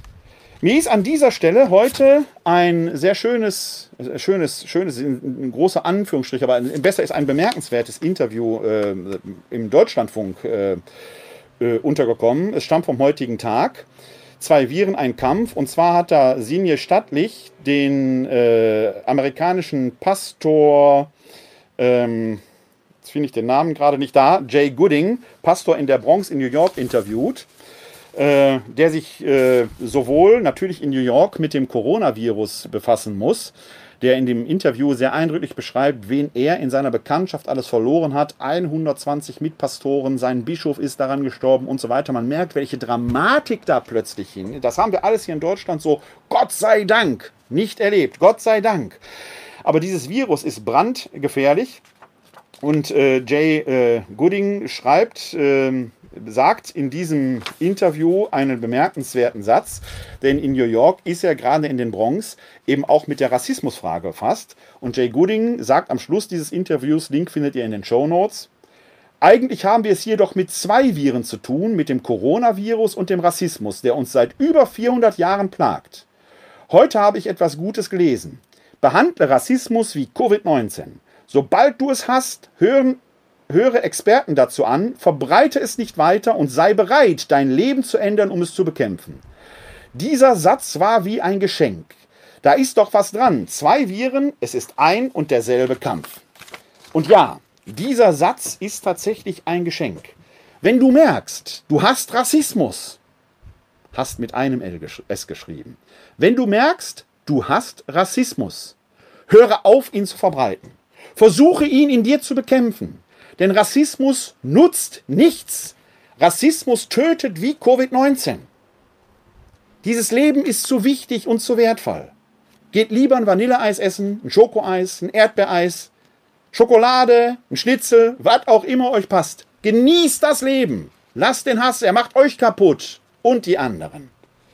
Mir ist an dieser Stelle heute ein sehr schönes, schönes, schönes, ein großer Anführungsstrich, aber besser ist ein bemerkenswertes Interview äh, im Deutschlandfunk äh, äh, untergekommen. Es stammt vom heutigen Tag. Zwei Viren, ein Kampf. Und zwar hat da Sinje Stattlich den äh, amerikanischen Pastor, ähm, jetzt finde ich den Namen gerade nicht da, Jay Gooding, Pastor in der Bronx in New York, interviewt, äh, der sich äh, sowohl natürlich in New York mit dem Coronavirus befassen muss, der in dem Interview sehr eindrücklich beschreibt, wen er in seiner Bekanntschaft alles verloren hat. hundertzwanzig Mitpastoren, sein Bischof ist daran gestorben und so weiter. Man merkt, welche Dramatik da plötzlich hin. Das haben wir alles hier in Deutschland so, Gott sei Dank, nicht erlebt. Gott sei Dank. Aber dieses Virus ist brandgefährlich. Und äh, Jay äh, Gooding schreibt, äh, sagt in diesem Interview einen bemerkenswerten Satz, denn in New York ist er gerade in den Bronx eben auch mit der Rassismusfrage befasst. Und Jay Gooding sagt am Schluss dieses Interviews, Link findet ihr in den Shownotes, eigentlich haben wir es hier doch mit zwei Viren zu tun, mit dem Coronavirus und dem Rassismus, der uns seit über vierhundert Jahren plagt. Heute habe ich etwas Gutes gelesen. Behandle Rassismus wie Covid neunzehn. Sobald du es hast, hören, höre Experten dazu an, verbreite es nicht weiter und sei bereit, dein Leben zu ändern, um es zu bekämpfen. Dieser Satz war wie ein Geschenk. Da ist doch was dran. Zwei Viren, es ist ein und derselbe Kampf. Und ja, dieser Satz ist tatsächlich ein Geschenk. Wenn du merkst, du hast Rassismus, hast mit einem L S geschrieben. Wenn du merkst, du hast Rassismus, höre auf, ihn zu verbreiten. Versuche ihn in dir zu bekämpfen. Denn Rassismus nutzt nichts. Rassismus tötet wie Covid neunzehn. Dieses Leben ist zu wichtig und zu wertvoll. Geht lieber ein Vanilleeis essen, ein Schokoeis, ein Erdbeereis, Schokolade, ein Schnitzel, was auch immer euch passt. Genießt das Leben. Lasst den Hass, er macht euch kaputt und die anderen.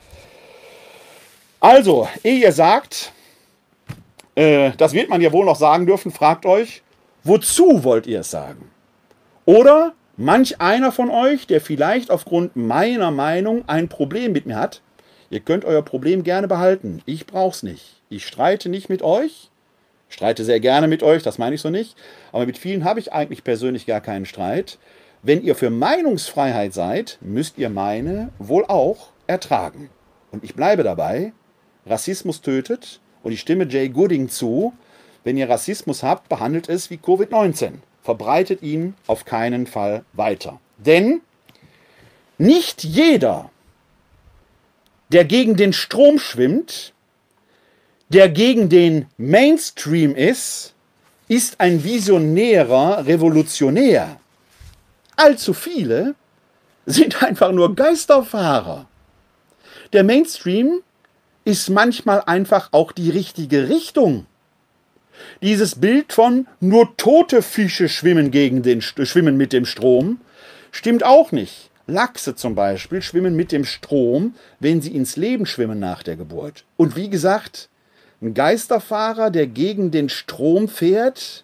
Also, ehe ihr sagt, äh, das wird man ja wohl noch sagen dürfen, fragt euch, wozu wollt ihr es sagen? Oder manch einer von euch, der vielleicht aufgrund meiner Meinung ein Problem mit mir hat, ihr könnt euer Problem gerne behalten. Ich brauch's nicht. Ich streite nicht mit euch. Streite sehr gerne mit euch, das meine ich so nicht. Aber mit vielen habe ich eigentlich persönlich gar keinen Streit. Wenn ihr für Meinungsfreiheit seid, müsst ihr meine wohl auch ertragen. Und ich bleibe dabei, Rassismus tötet und ich stimme Jay Gooding zu, wenn ihr Rassismus habt, behandelt es wie Covid neunzehn. Verbreitet ihn auf keinen Fall weiter. Denn nicht jeder, der gegen den Strom schwimmt, der gegen den Mainstream ist, ist ein visionärer Revolutionär. Allzu viele sind einfach nur Geisterfahrer. Der Mainstream ist manchmal einfach auch die richtige Richtung. Dieses Bild von nur tote Fische schwimmen, gegen den, schwimmen mit dem Strom stimmt auch nicht. Lachse zum Beispiel schwimmen mit dem Strom, wenn sie ins Leben schwimmen nach der Geburt. Und wie gesagt, ein Geisterfahrer, der gegen den Strom fährt.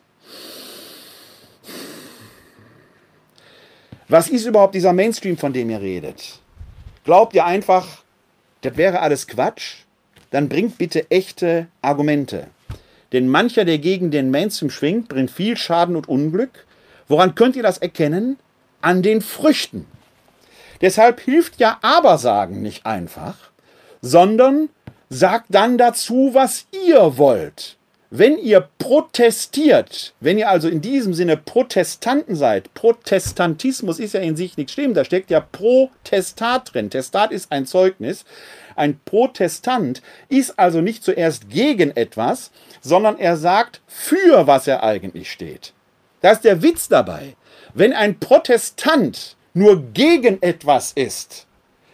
Was ist überhaupt dieser Mainstream, von dem ihr redet? Glaubt ihr einfach, das wäre alles Quatsch? Dann bringt bitte echte Argumente. Denn mancher, der gegen den Mainstream schwingt, bringt viel Schaden und Unglück. Woran könnt ihr das erkennen? An den Früchten. Deshalb hilft ja Aber-Sagen nicht einfach, sondern sagt dann dazu, was ihr wollt. Wenn ihr protestiert, wenn ihr also in diesem Sinne Protestanten seid, Protestantismus ist ja in sich nicht schlimm, da steckt ja Protestat drin. Testat ist ein Zeugnis. Ein Protestant ist also nicht zuerst gegen etwas, sondern er sagt, für was er eigentlich steht. Da ist der Witz dabei. Wenn ein Protestant nur gegen etwas ist,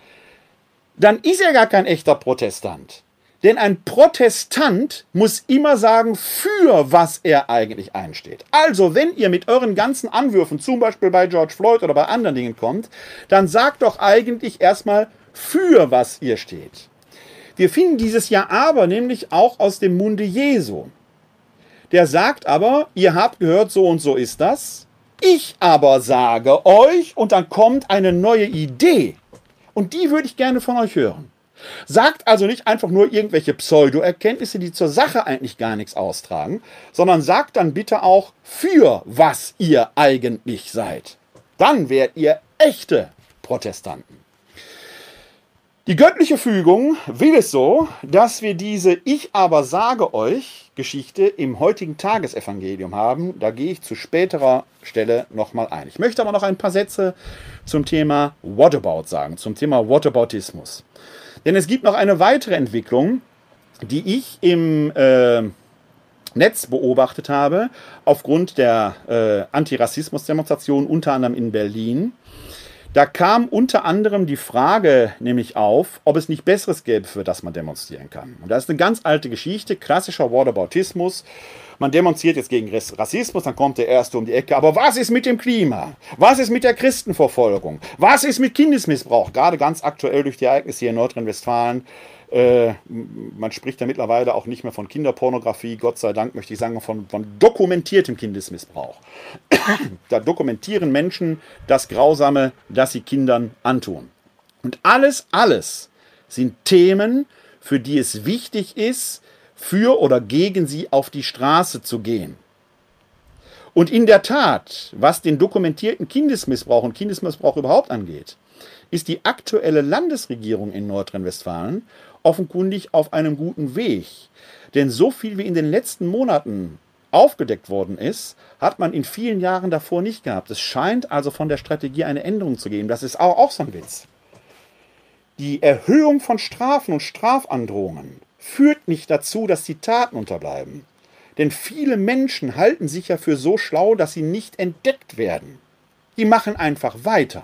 dann ist er gar kein echter Protestant. Denn ein Protestant muss immer sagen, für was er eigentlich einsteht. Also, wenn ihr mit euren ganzen Anwürfen, zum Beispiel bei George Floyd oder bei anderen Dingen kommt, dann sagt doch eigentlich erstmal, für was ihr steht. Wir finden dieses Ja aber nämlich auch aus dem Munde Jesu. Der sagt aber, ihr habt gehört, so und so ist das. Ich aber sage euch, und dann kommt eine neue Idee. Und die würde ich gerne von euch hören. Sagt also nicht einfach nur irgendwelche Pseudo-Erkenntnisse, die zur Sache eigentlich gar nichts austragen, sondern sagt dann bitte auch, für was ihr eigentlich seid. Dann wärt ihr echte Protestanten. Die göttliche Fügung will es so, dass wir diese Ich aber sage euch Geschichte im heutigen Tagesevangelium haben. Da gehe ich zu späterer Stelle nochmal ein. Ich möchte aber noch ein paar Sätze zum Thema Whatabout sagen, zum Thema Whataboutismus. Denn es gibt noch eine weitere Entwicklung, die ich im äh, Netz beobachtet habe, aufgrund der äh, Antirassismus-Demonstration, unter anderem in Berlin. Da kam unter anderem die Frage nämlich auf, ob es nicht Besseres gäbe, für das man demonstrieren kann. Und das ist eine ganz alte Geschichte, klassischer Whataboutismus. Man demonstriert jetzt gegen Rassismus, dann kommt der Erste um die Ecke. Aber was ist mit dem Klima? Was ist mit der Christenverfolgung? Was ist mit Kindesmissbrauch? Gerade ganz aktuell durch die Ereignisse hier in Nordrhein-Westfalen. Äh, man spricht ja mittlerweile auch nicht mehr von Kinderpornografie, Gott sei Dank möchte ich sagen, von, von dokumentiertem Kindesmissbrauch. Da dokumentieren Menschen das Grausame, das sie Kindern antun. Und alles, alles sind Themen, für die es wichtig ist, für oder gegen sie auf die Straße zu gehen. Und in der Tat, was den dokumentierten Kindesmissbrauch und Kindesmissbrauch überhaupt angeht, ist die aktuelle Landesregierung in Nordrhein-Westfalen offenkundig auf einem guten Weg. Denn so viel wie in den letzten Monaten aufgedeckt worden ist, hat man in vielen Jahren davor nicht gehabt. Es scheint also von der Strategie eine Änderung zu geben. Das ist auch, auch so ein Witz. Die Erhöhung von Strafen und Strafandrohungen führt nicht dazu, dass die Taten unterbleiben. Denn viele Menschen halten sich ja für so schlau, dass sie nicht entdeckt werden. Die machen einfach weiter.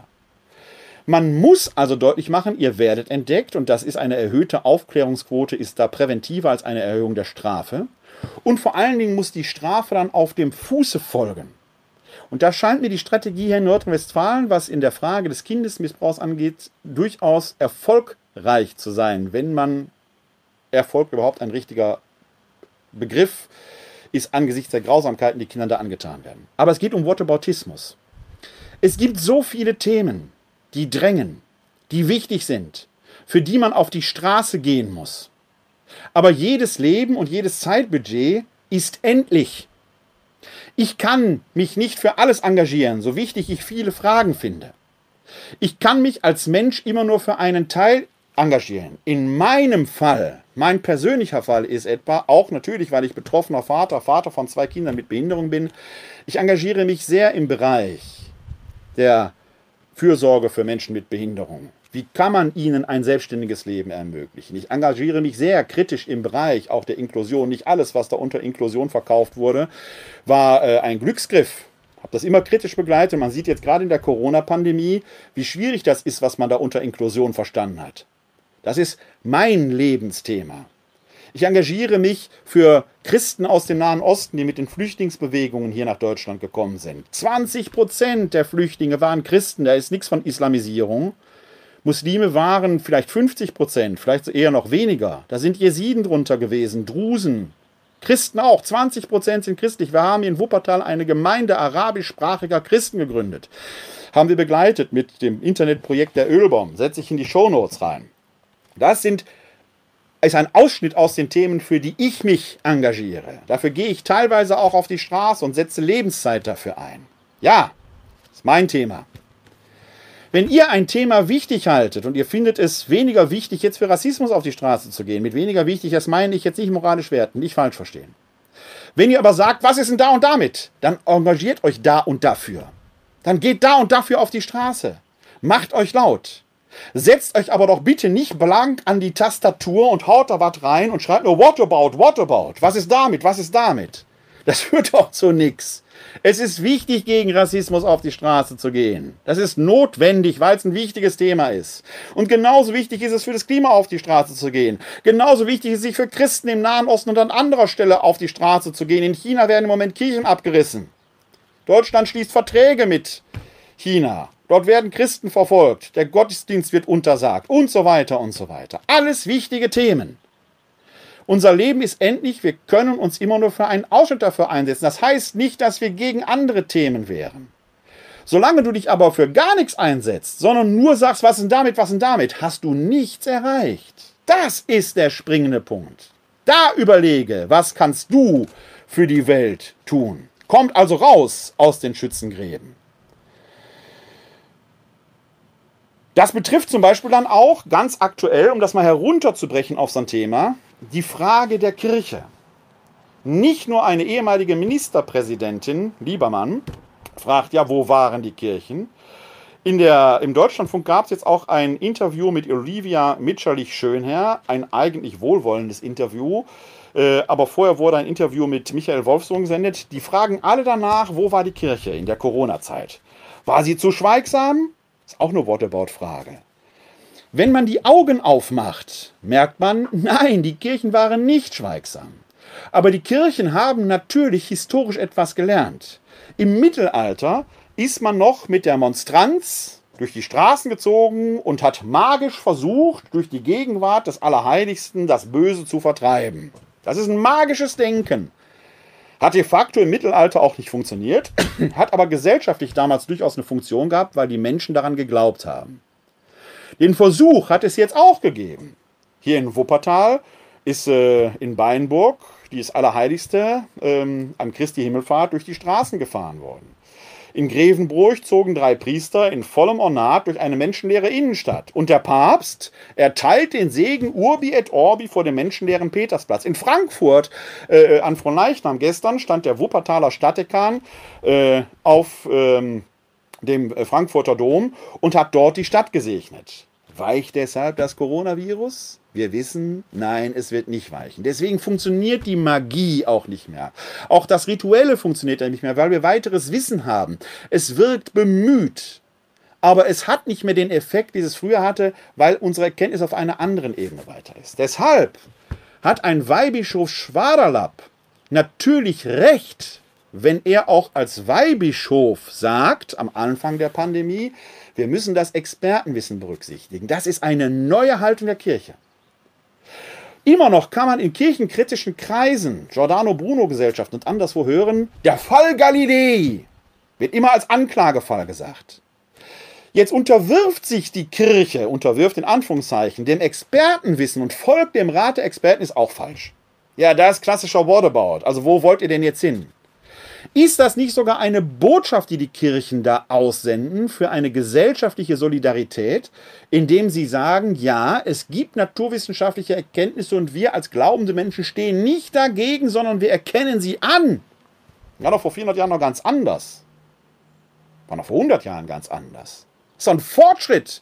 Man muss also deutlich machen, ihr werdet entdeckt und das ist eine erhöhte Aufklärungsquote, ist da präventiver als eine Erhöhung der Strafe. Und vor allen Dingen muss die Strafe dann auf dem Fuße folgen. Und da scheint mir die Strategie hier in Nordrhein-Westfalen, was in der Frage des Kindesmissbrauchs angeht, durchaus erfolgreich zu sein. Wenn man Erfolg überhaupt ein richtiger Begriff ist angesichts der Grausamkeiten, die Kindern da angetan werden. Aber es geht um Whataboutismus. Es gibt so viele Themen, die drängen, die wichtig sind, für die man auf die Straße gehen muss. Aber jedes Leben und jedes Zeitbudget ist endlich. Ich kann mich nicht für alles engagieren, so wichtig ich viele Fragen finde. Ich kann mich als Mensch immer nur für einen Teil engagieren. In meinem Fall, mein persönlicher Fall ist etwa, auch natürlich, weil ich betroffener Vater, Vater von zwei Kindern mit Behinderung bin, ich engagiere mich sehr im Bereich der Fürsorge für Menschen mit Behinderung. Wie kann man ihnen ein selbstständiges Leben ermöglichen? Ich engagiere mich sehr kritisch im Bereich auch der Inklusion. Nicht alles, was da unter Inklusion verkauft wurde, war äh, ein Glücksgriff. Ich habe das immer kritisch begleitet. Man sieht jetzt gerade in der Corona-Pandemie, wie schwierig das ist, was man da unter Inklusion verstanden hat. Das ist mein Lebensthema. Ich engagiere mich für Christen aus dem Nahen Osten, die mit den Flüchtlingsbewegungen hier nach Deutschland gekommen sind. zwanzig Prozent der Flüchtlinge waren Christen, da ist nichts von Islamisierung. Muslime waren vielleicht fünfzig Prozent, vielleicht eher noch weniger. Da sind Jesiden drunter gewesen, Drusen. Christen auch, zwanzig Prozent sind christlich. Wir haben in Wuppertal eine Gemeinde arabischsprachiger Christen gegründet. Haben wir begleitet mit dem Internetprojekt der Ölbaum. Setze ich in die Shownotes rein. Das sind ist ein Ausschnitt aus den Themen, für die ich mich engagiere. Dafür gehe ich teilweise auch auf die Straße und setze Lebenszeit dafür ein. Ja, das ist mein Thema. Wenn ihr ein Thema wichtig haltet und ihr findet es weniger wichtig, jetzt für Rassismus auf die Straße zu gehen, mit weniger wichtig, das meine ich jetzt nicht moralisch werten, nicht falsch verstehen. Wenn ihr aber sagt, was ist denn da und damit, dann engagiert euch da und dafür. Dann geht da und dafür auf die Straße. Macht euch laut. Setzt euch aber doch bitte nicht blank an die Tastatur und haut da was rein und schreibt nur what about, what about. Was ist damit, was ist damit? Das führt doch zu nichts. Es ist wichtig, gegen Rassismus auf die Straße zu gehen. Das ist notwendig, weil es ein wichtiges Thema ist. Und genauso wichtig ist es, für das Klima auf die Straße zu gehen. Genauso wichtig ist es, sich für Christen im Nahen Osten und an anderer Stelle auf die Straße zu gehen. In China werden im Moment Kirchen abgerissen. Deutschland schließt Verträge mit China. Dort werden Christen verfolgt, der Gottesdienst wird untersagt und so weiter und so weiter. Alles wichtige Themen. Unser Leben ist endlich, wir können uns immer nur für einen Ausschnitt dafür einsetzen. Das heißt nicht, dass wir gegen andere Themen wären. Solange du dich aber für gar nichts einsetzt, sondern nur sagst, was ist denn damit, was ist denn damit, hast du nichts erreicht. Das ist der springende Punkt. Da überlege, was kannst du für die Welt tun. Kommt also raus aus den Schützengräben. Das betrifft zum Beispiel dann auch ganz aktuell, um das mal herunterzubrechen auf so ein Thema, die Frage der Kirche. Nicht nur eine ehemalige Ministerpräsidentin, Liebermann, fragt ja, wo waren die Kirchen? In der, im Deutschlandfunk gab es jetzt auch ein Interview mit Olivia Mitscherlich-Schönherr, ein eigentlich wohlwollendes Interview, äh, aber vorher wurde ein Interview mit Michael Wolfsohn gesendet. Die fragen alle danach, wo war die Kirche in der Corona-Zeit? War sie zu schweigsam? Ist auch eine Wortabout-Frage. Wenn man die Augen aufmacht, merkt man, nein, die Kirchen waren nicht schweigsam. Aber die Kirchen haben natürlich historisch etwas gelernt. Im Mittelalter ist man noch mit der Monstranz durch die Straßen gezogen und hat magisch versucht, durch die Gegenwart des Allerheiligsten das Böse zu vertreiben. Das ist ein magisches Denken. Hat de facto im Mittelalter auch nicht funktioniert, hat aber gesellschaftlich damals durchaus eine Funktion gehabt, weil die Menschen daran geglaubt haben. Den Versuch hat es jetzt auch gegeben. Hier in Wuppertal ist äh, in Beinburg die das Allerheiligste ähm, an Christi Himmelfahrt durch die Straßen gefahren worden. In Grevenbroich zogen drei Priester in vollem Ornat durch eine menschenleere Innenstadt. Und der Papst erteilt den Segen Urbi et Orbi vor dem menschenleeren Petersplatz. In Frankfurt äh, an Fronleichnam gestern stand der Wuppertaler Stadtdekan äh, auf ähm, dem Frankfurter Dom und hat dort die Stadt gesegnet. Weicht deshalb das Coronavirus? Wir wissen, nein, es wird nicht weichen. Deswegen funktioniert die Magie auch nicht mehr. Auch das Rituelle funktioniert ja nicht mehr, weil wir weiteres Wissen haben. Es wirkt bemüht, aber es hat nicht mehr den Effekt, den es früher hatte, weil unsere Erkenntnis auf einer anderen Ebene weiter ist. Deshalb hat ein Weihbischof Schwaderlapp natürlich recht, wenn er auch als Weihbischof sagt, am Anfang der Pandemie, wir müssen das Expertenwissen berücksichtigen. Das ist eine neue Haltung der Kirche. Immer noch kann man in kirchenkritischen Kreisen, Giordano-Bruno-Gesellschaften und anderswo hören, der Fall Galilei wird immer als Anklagefall gesagt. Jetzt unterwirft sich die Kirche, unterwirft in Anführungszeichen, dem Expertenwissen und folgt dem Rat der Experten, ist auch falsch. Ja, da ist klassischer Whatabouts. Also wo wollt ihr denn jetzt hin? Ist das nicht sogar eine Botschaft, die die Kirchen da aussenden für eine gesellschaftliche Solidarität, indem sie sagen, ja, es gibt naturwissenschaftliche Erkenntnisse und wir als glaubende Menschen stehen nicht dagegen, sondern wir erkennen sie an. War doch vor vierhundert Jahren noch ganz anders. War noch vor hundert Jahren ganz anders. Das ist doch ein Fortschritt.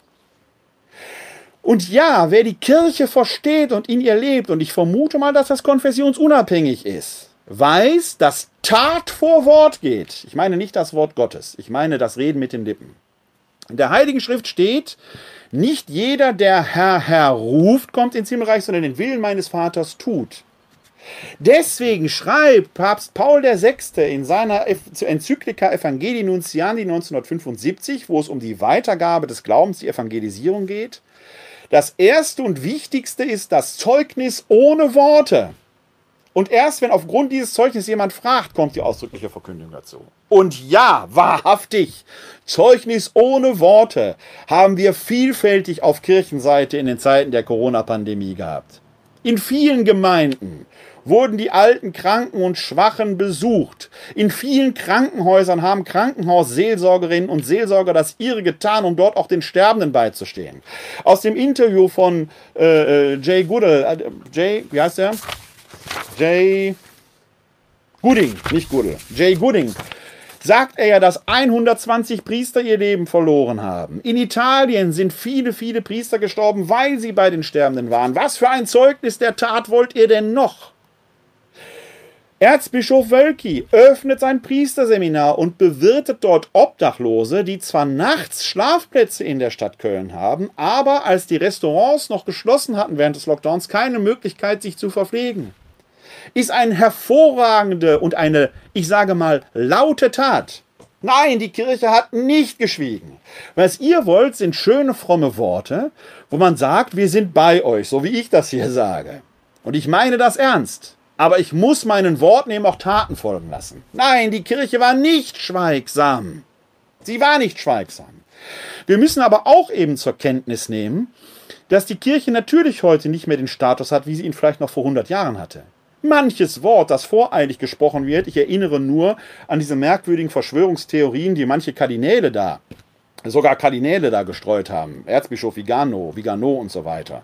Und ja, wer die Kirche versteht und in ihr lebt, und ich vermute mal, dass das konfessionsunabhängig ist, weiß, dass Tat vor Wort geht. Ich meine nicht das Wort Gottes. Ich meine das Reden mit den Lippen. In der Heiligen Schrift steht, nicht jeder, der Herr, Herr ruft, kommt ins Himmelreich, sondern den Willen meines Vaters tut. Deswegen schreibt Papst Paul der Sechste in seiner Enzyklika Evangelii Nuntiandi neunzehnhundertfünfundsiebzig, wo es um die Weitergabe des Glaubens, die Evangelisierung geht, das erste und wichtigste ist das Zeugnis ohne Worte. Und erst wenn aufgrund dieses Zeugnisses jemand fragt, kommt die ausdrückliche Verkündigung dazu. Und ja, wahrhaftig, Zeugnis ohne Worte haben wir vielfältig auf Kirchenseite in den Zeiten der Corona-Pandemie gehabt. In vielen Gemeinden wurden die alten Kranken und Schwachen besucht. In vielen Krankenhäusern haben Krankenhausseelsorgerinnen und Seelsorger das ihre getan, um dort auch den Sterbenden beizustehen. Aus dem Interview von äh, Jay Goodall, äh, Jay, wie heißt der? Jay Gooding, nicht Goodall, Jay Gooding, sagt er ja, dass hundertzwanzig Priester ihr Leben verloren haben. In Italien sind viele, viele Priester gestorben, weil sie bei den Sterbenden waren. Was für ein Zeugnis der Tat wollt ihr denn noch? Erzbischof Wölki öffnet sein Priesterseminar und bewirtet dort Obdachlose, die zwar nachts Schlafplätze in der Stadt Köln haben, aber als die Restaurants noch geschlossen hatten während des Lockdowns, keine Möglichkeit, sich zu verpflegen. Ist eine hervorragende und eine, ich sage mal, laute Tat. Nein, die Kirche hat nicht geschwiegen. Was ihr wollt, sind schöne, fromme Worte, wo man sagt, wir sind bei euch, so wie ich das hier sage. Und ich meine das ernst. Aber ich muss meinen Worten eben auch Taten folgen lassen. Nein, die Kirche war nicht schweigsam. Sie war nicht schweigsam. Wir müssen aber auch eben zur Kenntnis nehmen, dass die Kirche natürlich heute nicht mehr den Status hat, wie sie ihn vielleicht noch vor hundert Jahren hatte. Manches Wort, das voreilig gesprochen wird, ich erinnere nur an diese merkwürdigen Verschwörungstheorien, die manche Kardinäle da, sogar Kardinäle da gestreut haben, Erzbischof Vigano, Vigano und so weiter,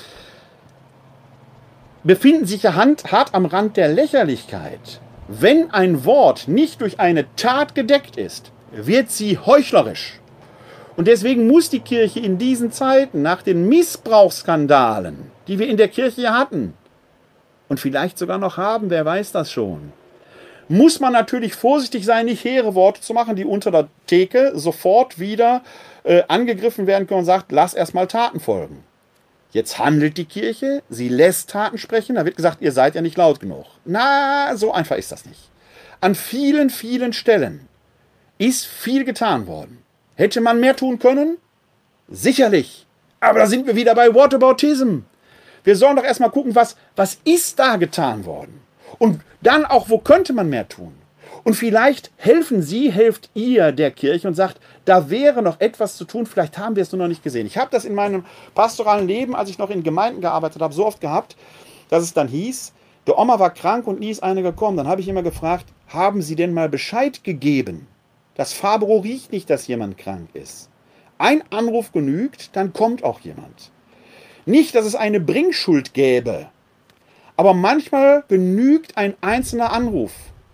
befinden sich ja hart am Rand der Lächerlichkeit. Wenn ein Wort nicht durch eine Tat gedeckt ist, wird sie heuchlerisch. Und deswegen muss die Kirche in diesen Zeiten nach den Missbrauchsskandalen, die wir in der Kirche hatten, und vielleicht sogar noch haben, wer weiß das schon, muss man natürlich vorsichtig sein, nicht hehre Worte zu machen, die unter der Theke sofort wieder äh, angegriffen werden können und sagt, lass erstmal Taten folgen. Jetzt handelt die Kirche, sie lässt Taten sprechen, da wird gesagt, ihr seid ja nicht laut genug. Na, so einfach ist das nicht. An vielen, vielen Stellen ist viel getan worden. Hätte man mehr tun können? Sicherlich. Aber da sind wir wieder bei Whataboutism. Wir sollen doch erstmal gucken, was, was ist da getan worden? Und dann auch, wo könnte man mehr tun? Und vielleicht helfen Sie, helft ihr der Kirche und sagt, da wäre noch etwas zu tun, vielleicht haben wir es nur noch nicht gesehen. Ich habe das in meinem pastoralen Leben, als ich noch in Gemeinden gearbeitet habe, so oft gehabt, dass es dann hieß, der Oma war krank und nie ist eine gekommen. Dann habe ich immer gefragt, haben Sie denn mal Bescheid gegeben? Das Fahrbüro riecht nicht, dass jemand krank ist. Ein Anruf genügt, dann kommt auch jemand. Nicht, dass es eine Bringschuld gäbe, aber manchmal genügt ein einzelner Anruf.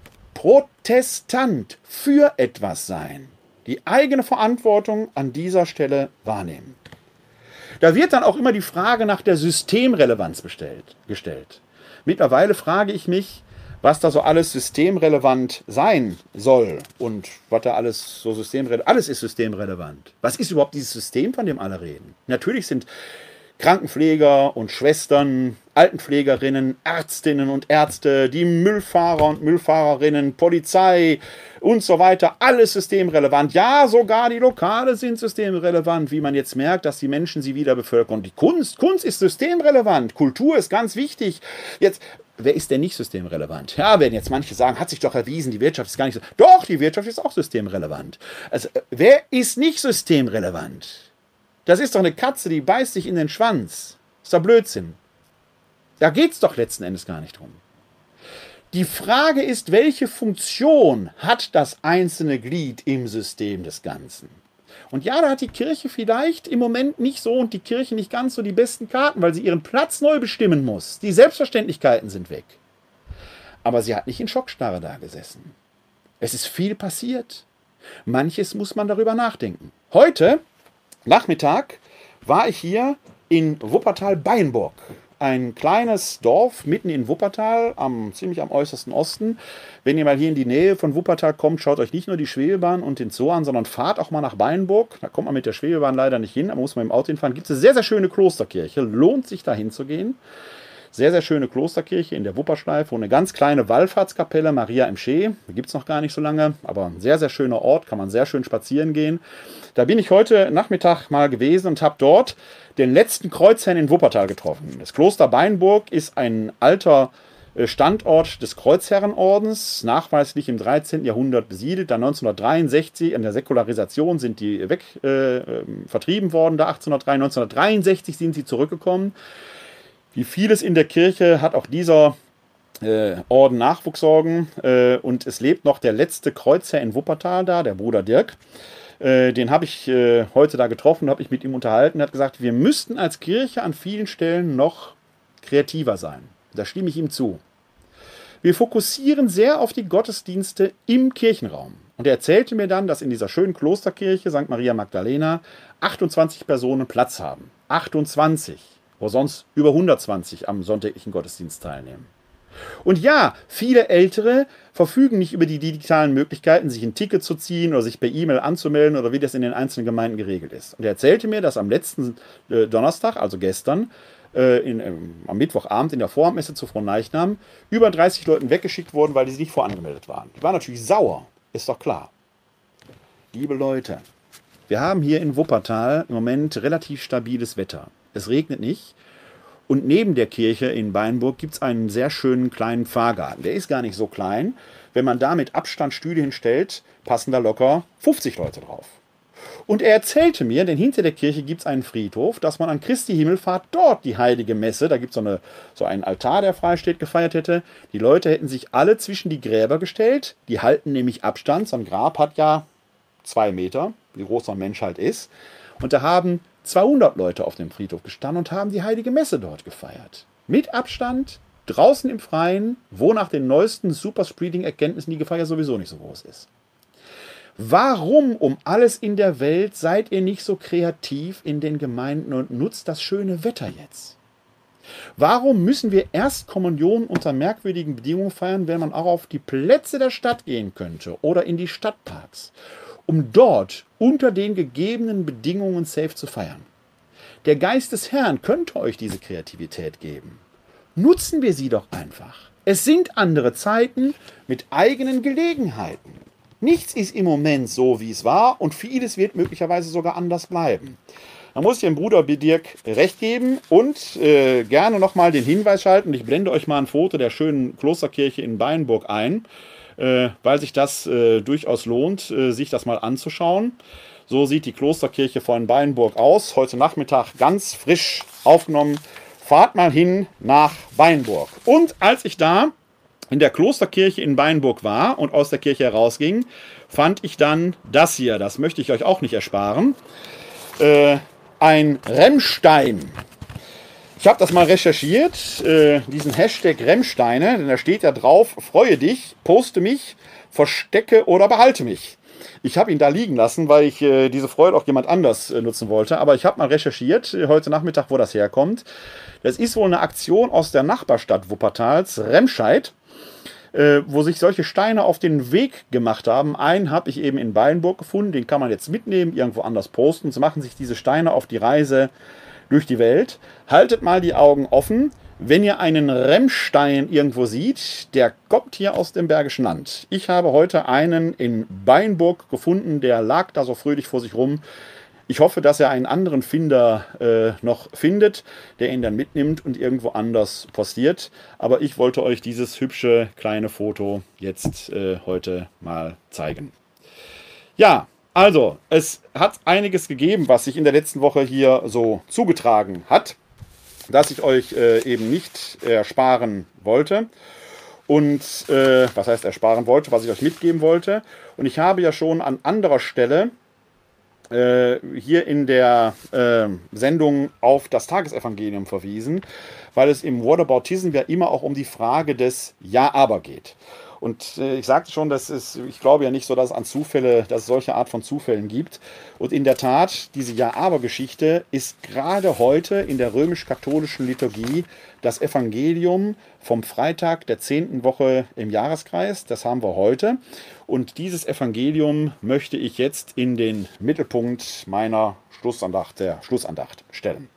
Protestant für etwas sein. Die eigene Verantwortung an dieser Stelle wahrnehmen. Da wird dann auch immer die Frage nach der Systemrelevanz bestellt, gestellt. Mittlerweile frage ich mich, was da so alles systemrelevant sein soll und was da alles so systemrelevant. Alles ist systemrelevant. Was ist überhaupt dieses System, von dem alle reden? Natürlich sind Krankenpfleger und Schwestern, Altenpflegerinnen, Ärztinnen und Ärzte, die Müllfahrer und Müllfahrerinnen, Polizei und so weiter, alles systemrelevant. Ja, sogar die Lokale sind systemrelevant, wie man jetzt merkt, dass die Menschen sie wieder bevölkern. Und die Kunst, Kunst ist systemrelevant, Kultur ist ganz wichtig. Jetzt, wer ist denn nicht systemrelevant? Ja, werden jetzt manche sagen, hat sich doch erwiesen, die Wirtschaft ist gar nicht so. Doch, die Wirtschaft ist auch systemrelevant. Also, wer ist nicht systemrelevant? Das ist doch eine Katze, die beißt sich in den Schwanz. Ist doch Blödsinn. Da geht es doch letzten Endes gar nicht drum. Die Frage ist, welche Funktion hat das einzelne Glied im System des Ganzen? Und ja, da hat die Kirche vielleicht im Moment nicht so und die Kirche nicht ganz so die besten Karten, weil sie ihren Platz neu bestimmen muss. Die Selbstverständlichkeiten sind weg. Aber sie hat nicht in Schockstarre da gesessen. Es ist viel passiert. Manches muss man darüber nachdenken. Heute Nachmittag war ich hier in Wuppertal-Beinburg. Ein kleines Dorf mitten in Wuppertal, am, ziemlich am äußersten Osten. Wenn ihr mal hier in die Nähe von Wuppertal kommt, schaut euch nicht nur die Schwebebahn und den Zoo an, sondern fahrt auch mal nach Beinburg. Da kommt man mit der Schwebebahn leider nicht hin, aber muss man im Auto hinfahren. Gibt es eine sehr, sehr schöne Klosterkirche. Lohnt sich da hinzugehen. Sehr, sehr schöne Klosterkirche in der Wupperschleife und eine ganz kleine Wallfahrtskapelle, Maria im Schee. Die gibt es noch gar nicht so lange, aber ein sehr, sehr schöner Ort, kann man sehr schön spazieren gehen. Da bin ich heute Nachmittag mal gewesen und habe dort den letzten Kreuzherrn in Wuppertal getroffen. Das Kloster Beinburg ist ein alter Standort des Kreuzherrenordens, nachweislich im dreizehnten Jahrhundert besiedelt. Dann neunzehnhundertdreiundsechzig, in der Säkularisation sind die weg, äh, vertrieben worden, da achtzehnhundertdrei. neunzehnhundertdreiundsechzig sind sie zurückgekommen. Wie vieles in der Kirche hat auch dieser äh, Orden Nachwuchssorgen äh, und es lebt noch der letzte Kreuzherr in Wuppertal da, der Bruder Dirk. Äh, den habe ich äh, heute da getroffen, habe ich mit ihm unterhalten. Er hat gesagt, wir müssten als Kirche an vielen Stellen noch kreativer sein. Da stimme ich ihm zu. Wir fokussieren sehr auf die Gottesdienste im Kirchenraum. Und er erzählte mir dann, dass in dieser schönen Klosterkirche Sankt Maria Magdalena achtundzwanzig Personen Platz haben. achtundzwanzig. Wo sonst über hundertzwanzig am sonntäglichen Gottesdienst teilnehmen. Und ja, viele Ältere verfügen nicht über die digitalen Möglichkeiten, sich ein Ticket zu ziehen oder sich per E-Mail anzumelden oder wie das in den einzelnen Gemeinden geregelt ist. Und er erzählte mir, dass am letzten äh, Donnerstag, also gestern, äh, in, ähm, am Mittwochabend in der Vorabmesse zu Fronleichnam über dreißig Leuten weggeschickt wurden, weil die nicht vorangemeldet waren. Die waren natürlich sauer, ist doch klar. Liebe Leute, wir haben hier in Wuppertal im Moment relativ stabiles Wetter. Es regnet nicht. Und neben der Kirche in Beinburg gibt es einen sehr schönen kleinen Pfarrgarten. Der ist gar nicht so klein. Wenn man da mit Abstand Stühle hinstellt, passen da locker fünfzig Leute drauf. Und er erzählte mir, denn hinter der Kirche gibt es einen Friedhof, dass man an Christi Himmelfahrt dort die heilige Messe, da gibt es so, eine, so einen Altar, der frei steht, gefeiert hätte. Die Leute hätten sich alle zwischen die Gräber gestellt. Die halten nämlich Abstand. So ein Grab hat ja zwei Meter, wie groß so ein Mensch halt ist. Und da haben zweihundert Leute auf dem Friedhof gestanden und haben die heilige Messe dort gefeiert. Mit Abstand, draußen im Freien, wo nach den neuesten Superspreading-Erkenntnissen die Gefahr ja sowieso nicht so groß ist. Warum um alles in der Welt seid ihr nicht so kreativ in den Gemeinden und nutzt das schöne Wetter jetzt? Warum müssen wir Erstkommunion unter merkwürdigen Bedingungen feiern, wenn man auch auf die Plätze der Stadt gehen könnte oder in die Stadtparks, um dort unter den gegebenen Bedingungen safe zu feiern? Der Geist des Herrn könnte euch diese Kreativität geben. Nutzen wir sie doch einfach. Es sind andere Zeiten mit eigenen Gelegenheiten. Nichts ist im Moment so, wie es war, und vieles wird möglicherweise sogar anders bleiben. Da muss ich dem Bruder Dirk recht geben und äh, gerne nochmal den Hinweis schalten. Ich blende euch mal ein Foto der schönen Klosterkirche in Beinburg ein, äh, weil sich das äh, durchaus lohnt, äh, sich das mal anzuschauen. So sieht die Klosterkirche von Beinburg aus. Heute Nachmittag ganz frisch aufgenommen. Fahrt mal hin nach Beinburg. Und als ich da in der Klosterkirche in Beinburg war und aus der Kirche herausging, fand ich dann das hier. Das möchte ich euch auch nicht ersparen. Äh, ein Remmstein. Ich habe das mal recherchiert, äh, diesen Hashtag Remmsteine, denn da steht ja drauf, freue dich, poste mich, verstecke oder behalte mich. Ich habe ihn da liegen lassen, weil ich äh, diese Freude auch jemand anders äh, nutzen wollte. Aber ich habe mal recherchiert, äh, heute Nachmittag, wo das herkommt. Das ist wohl eine Aktion aus der Nachbarstadt Wuppertals, Remscheid, äh, wo sich solche Steine auf den Weg gemacht haben. Einen habe ich eben in Beinburg gefunden, den kann man jetzt mitnehmen, irgendwo anders posten. So machen sich diese Steine auf die Reise durch die Welt. Haltet mal die Augen offen. Wenn ihr einen Remmstein irgendwo seht, der kommt hier aus dem Bergischen Land. Ich habe heute einen in Beinburg gefunden, der lag da so fröhlich vor sich rum. Ich hoffe, dass er einen anderen Finder äh, noch findet, der ihn dann mitnimmt und irgendwo anders postiert. Aber ich wollte euch dieses hübsche kleine Foto jetzt äh, heute mal zeigen. Ja, also es hat einiges gegeben, was sich in der letzten Woche hier so zugetragen hat, das ich euch äh, eben nicht ersparen wollte. Und äh, was heißt ersparen wollte, was ich euch mitgeben wollte. Und ich habe ja schon an anderer Stelle äh, hier in der äh, Sendung auf das Tagesevangelium verwiesen, weil es im Whataboutism ja immer auch um die Frage des Ja-Aber geht. Und äh, ich sagte schon, dass es, ich glaube ja nicht so, dass es an Zufälle, dass es solche Art von Zufällen gibt. Und in der Tat, diese Ja-Aber-Geschichte ist gerade heute in der römisch-katholischen Liturgie das Evangelium vom Freitag der zehnten Woche im Jahreskreis. Das haben wir heute. Und dieses Evangelium möchte ich jetzt in den Mittelpunkt meiner Schlussandacht, der Schlussandacht stellen.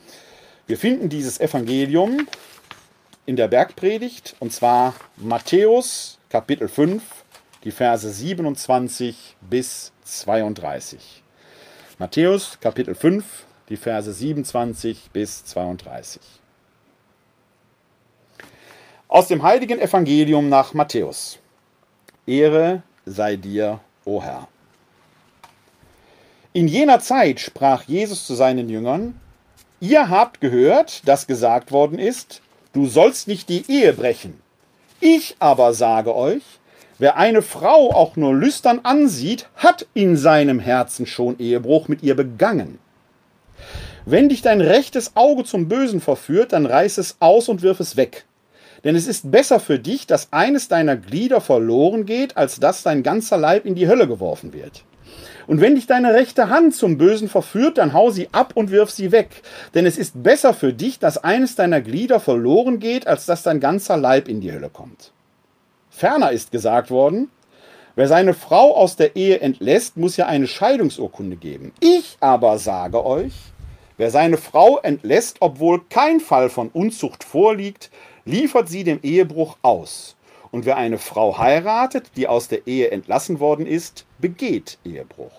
Wir finden dieses Evangelium in der Bergpredigt, und zwar Matthäus Kapitel fünf, die Verse siebenundzwanzig bis zweiunddreißig. Matthäus Kapitel fünf, die Verse siebenundzwanzig bis zweiunddreißig. Aus dem heiligen Evangelium nach Matthäus. Ehre sei dir, o Herr. In jener Zeit sprach Jesus zu seinen Jüngern: Ihr habt gehört, dass gesagt worden ist, du sollst nicht die Ehe brechen. Ich aber sage euch, wer eine Frau auch nur lüstern ansieht, hat in seinem Herzen schon Ehebruch mit ihr begangen. Wenn dich dein rechtes Auge zum Bösen verführt, dann reiß es aus und wirf es weg. Denn es ist besser für dich, dass eines deiner Glieder verloren geht, als dass dein ganzer Leib in die Hölle geworfen wird. Und wenn dich deine rechte Hand zum Bösen verführt, dann hau sie ab und wirf sie weg. Denn es ist besser für dich, dass eines deiner Glieder verloren geht, als dass dein ganzer Leib in die Hölle kommt. Ferner ist gesagt worden, wer seine Frau aus der Ehe entlässt, muss ja eine Scheidungsurkunde geben. Ich aber sage euch, wer seine Frau entlässt, obwohl kein Fall von Unzucht vorliegt, liefert sie dem Ehebruch aus. Und wer eine Frau heiratet, die aus der Ehe entlassen worden ist, begeht Ehebruch.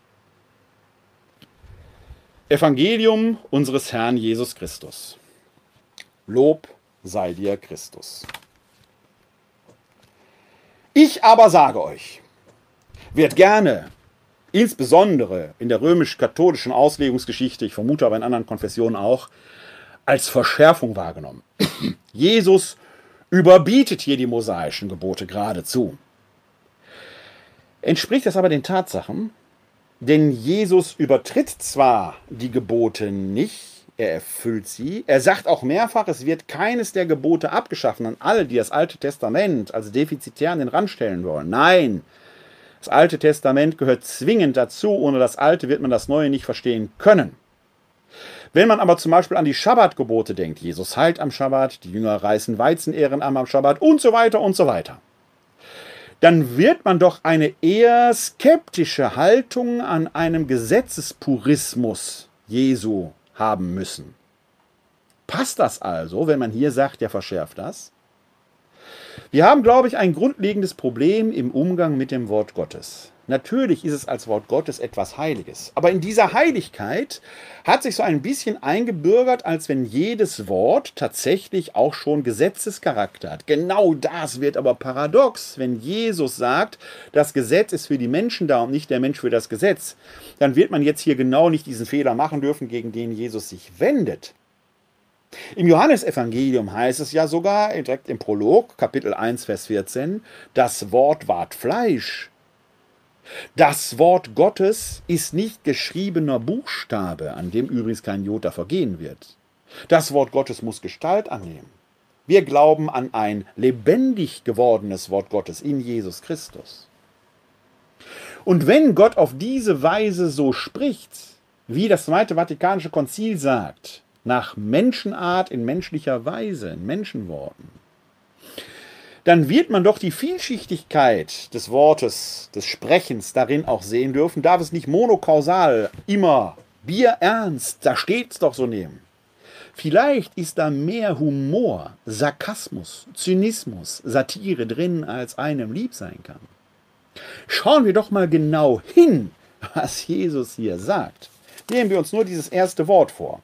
Evangelium unseres Herrn Jesus Christus. Lob sei dir, Christus. Ich aber sage euch, wird gerne, insbesondere in der römisch-katholischen Auslegungsgeschichte, ich vermute aber in anderen Konfessionen auch, als Verschärfung wahrgenommen. Jesus überbietet hier die mosaischen Gebote geradezu. Entspricht das aber den Tatsachen? Denn Jesus übertritt zwar die Gebote nicht, er erfüllt sie. Er sagt auch mehrfach, es wird keines der Gebote abgeschaffen an alle, die das Alte Testament als defizitär an den Rand stellen wollen. Nein, das Alte Testament gehört zwingend dazu. Ohne das Alte wird man das Neue nicht verstehen können. Wenn man aber zum Beispiel an die Schabbatgebote denkt, Jesus heilt am Schabbat, die Jünger reißen Weizenähren am Schabbat und so weiter und so weiter, dann wird man doch eine eher skeptische Haltung an einem Gesetzespurismus Jesu haben müssen. Passt das also, wenn man hier sagt, ja, verschärft das? Wir haben, glaube ich, ein grundlegendes Problem im Umgang mit dem Wort Gottes. Natürlich ist es als Wort Gottes etwas Heiliges, aber in dieser Heiligkeit hat sich so ein bisschen eingebürgert, als wenn jedes Wort tatsächlich auch schon Gesetzescharakter hat. Genau das wird aber paradox, wenn Jesus sagt, das Gesetz ist für die Menschen da und nicht der Mensch für das Gesetz. Dann wird man jetzt hier genau nicht diesen Fehler machen dürfen, gegen den Jesus sich wendet. Im Johannesevangelium heißt es ja sogar, direkt im Prolog, Kapitel eins, Vers vierzehn, das Wort ward Fleisch. Das Wort Gottes ist nicht geschriebener Buchstabe, an dem übrigens kein Jota vergehen wird. Das Wort Gottes muss Gestalt annehmen. Wir glauben an ein lebendig gewordenes Wort Gottes in Jesus Christus. Und wenn Gott auf diese Weise so spricht, wie das Zweite Vatikanische Konzil sagt, nach Menschenart, in menschlicher Weise, in Menschenworten, dann wird man doch die Vielschichtigkeit des Wortes, des Sprechens darin auch sehen dürfen. Darf es nicht monokausal, immer, bierernst, da steht's doch so nehmen. Vielleicht ist da mehr Humor, Sarkasmus, Zynismus, Satire drin, als einem lieb sein kann. Schauen wir doch mal genau hin, was Jesus hier sagt. Nehmen wir uns nur dieses erste Wort vor,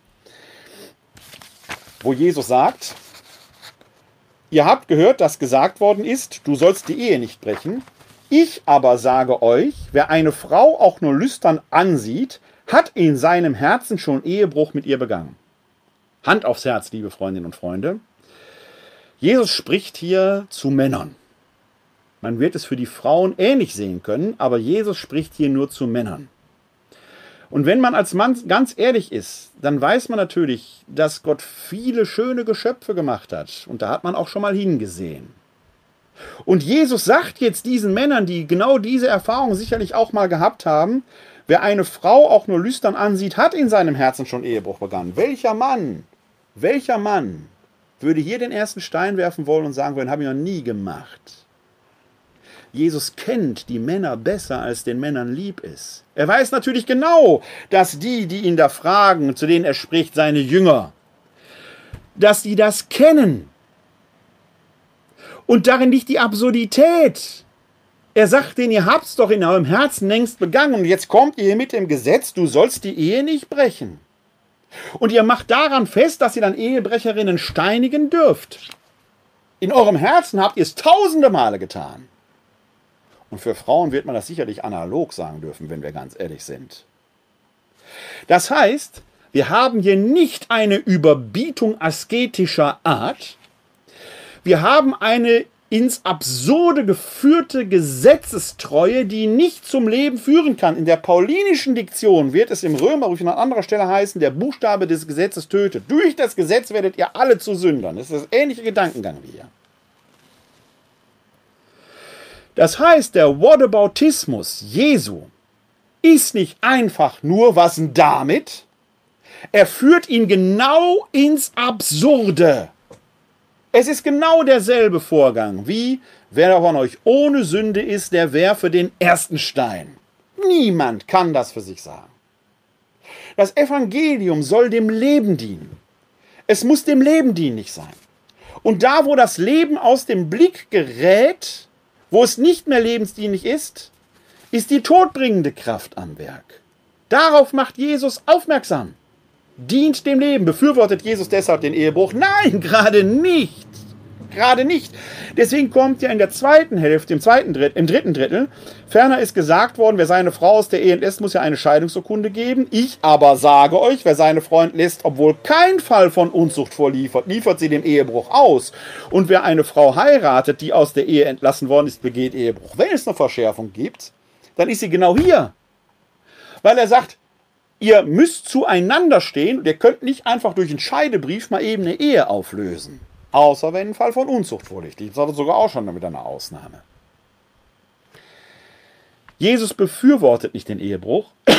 wo Jesus sagt: Ihr habt gehört, dass gesagt worden ist, du sollst die Ehe nicht brechen. Ich aber sage euch, wer eine Frau auch nur lüstern ansieht, hat in seinem Herzen schon Ehebruch mit ihr begangen. Hand aufs Herz, liebe Freundinnen und Freunde. Jesus spricht hier zu Männern. Man wird es für die Frauen ähnlich sehen können, aber Jesus spricht hier nur zu Männern. Und wenn man als Mann ganz ehrlich ist, dann weiß man natürlich, dass Gott viele schöne Geschöpfe gemacht hat. Und da hat man auch schon mal hingesehen. Und Jesus sagt jetzt diesen Männern, die genau diese Erfahrung sicherlich auch mal gehabt haben, wer eine Frau auch nur lüstern ansieht, hat in seinem Herzen schon Ehebruch begangen. Welcher Mann, welcher Mann würde hier den ersten Stein werfen wollen und sagen wollen, habe ich noch nie gemacht? Jesus kennt die Männer besser, als den Männern lieb ist. Er weiß natürlich genau, dass die, die ihn da fragen, zu denen er spricht, seine Jünger, dass die das kennen. Und darin liegt die Absurdität. Er sagt denen, ihr habt's doch in eurem Herzen längst begangen und jetzt kommt ihr mit dem Gesetz, du sollst die Ehe nicht brechen. Und ihr macht daran fest, dass ihr dann Ehebrecherinnen steinigen dürft. In eurem Herzen habt ihr es tausende Male getan. Und für Frauen wird man das sicherlich analog sagen dürfen, wenn wir ganz ehrlich sind. Das heißt, wir haben hier nicht eine Überbietung asketischer Art. Wir haben eine ins Absurde geführte Gesetzestreue, die nicht zum Leben führen kann. In der paulinischen Diktion wird es im Römerbrief an anderer Stelle heißen, der Buchstabe des Gesetzes tötet. Durch das Gesetz werdet ihr alle zu Sündern. Das ist das ähnliche Gedankengang wie hier. Das heißt, der Whataboutismus Jesu ist nicht einfach nur, was denn damit? Er führt ihn genau ins Absurde. Es ist genau derselbe Vorgang wie, wer von euch ohne Sünde ist, der werfe den ersten Stein. Niemand kann das für sich sagen. Das Evangelium soll dem Leben dienen. Es muss dem Leben dienlich sein. Und da, wo das Leben aus dem Blick gerät, wo es nicht mehr lebensdienlich ist, ist die todbringende Kraft am Werk. Darauf macht Jesus aufmerksam. Dient dem Leben. Befürwortet Jesus deshalb den Ehebruch? Nein, gerade nicht. Gerade nicht. Deswegen kommt ja in der zweiten Hälfte, im, zweiten Drittel, im dritten Drittel, ferner ist gesagt worden, wer seine Frau aus der Ehe entlässt, muss ja eine Scheidungsurkunde geben. Ich aber sage euch, wer seine Frau entlässt, obwohl kein Fall von Unzucht vorliefert, liefert sie dem Ehebruch aus. Und wer eine Frau heiratet, die aus der Ehe entlassen worden ist, begeht Ehebruch. Wenn es eine Verschärfung gibt, dann ist sie genau hier. Weil er sagt, ihr müsst zueinander stehen und ihr könnt nicht einfach durch einen Scheidebrief mal eben eine Ehe auflösen. Außer wenn ein Fall von Unzucht vorliegt. Ich sage sogar auch schon mit einer Ausnahme. Jesus befürwortet nicht den Ehebruch.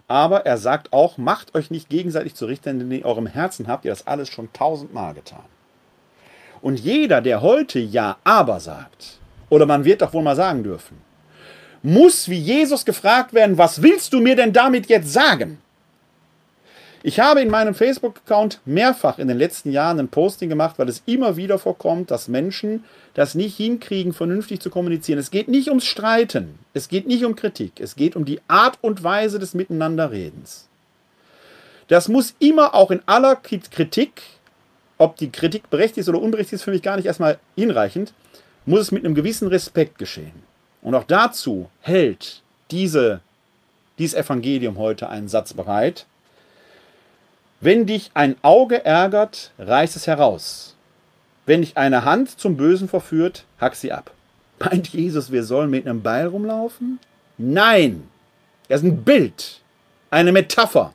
Aber er sagt auch, macht euch nicht gegenseitig zu Richtern, denn in eurem Herzen habt ihr das alles schon tausendmal getan. Und jeder, der heute Ja, aber sagt, oder man wird doch wohl mal sagen dürfen, muss wie Jesus gefragt werden, was willst du mir denn damit jetzt sagen? Ich habe in meinem Facebook-Account mehrfach in den letzten Jahren ein Posting gemacht, weil es immer wieder vorkommt, dass Menschen das nicht hinkriegen, vernünftig zu kommunizieren. Es geht nicht ums Streiten, es geht nicht um Kritik, es geht um die Art und Weise des Miteinanderredens. Das muss immer auch in aller Kritik, ob die Kritik berechtigt ist oder unberechtigt ist, für mich gar nicht erstmal hinreichend, muss es mit einem gewissen Respekt geschehen. Und auch dazu hält diese, dieses Evangelium heute einen Satz bereit. Wenn dich ein Auge ärgert, reiß es heraus. Wenn dich eine Hand zum Bösen verführt, hack sie ab. Meint Jesus, wir sollen mit einem Beil rumlaufen? Nein! Das ist ein Bild, eine Metapher.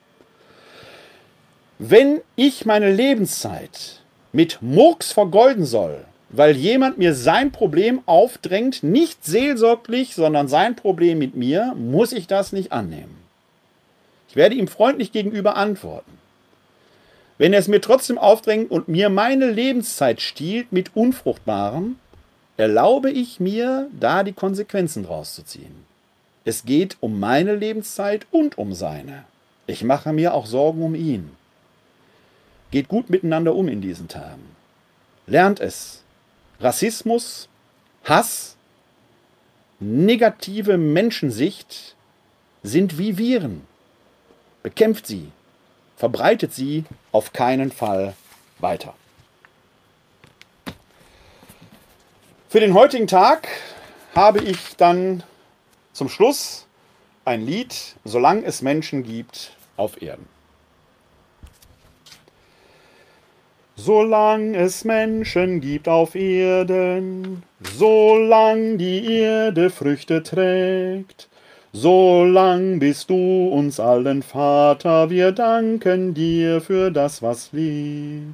Wenn ich meine Lebenszeit mit Murks vergeuden soll, weil jemand mir sein Problem aufdrängt, nicht seelsorglich, sondern sein Problem mit mir, muss ich das nicht annehmen. Ich werde ihm freundlich gegenüber antworten. Wenn er es mir trotzdem aufdrängt und mir meine Lebenszeit stiehlt mit Unfruchtbarem, erlaube ich mir, da die Konsequenzen draus zu ziehen. Es geht um meine Lebenszeit und um seine. Ich mache mir auch Sorgen um ihn. Geht gut miteinander um in diesen Tagen. Lernt es. Rassismus, Hass, negative Menschensicht sind wie Viren. Bekämpft sie, verbreitet sie auf keinen Fall weiter. Für den heutigen Tag habe ich dann zum Schluss ein Lied, solange es Menschen gibt auf Erden. Solang es Menschen gibt auf Erden, solang die Erde Früchte trägt, solang bist du uns allen Vater, wir danken dir für das, was lebt.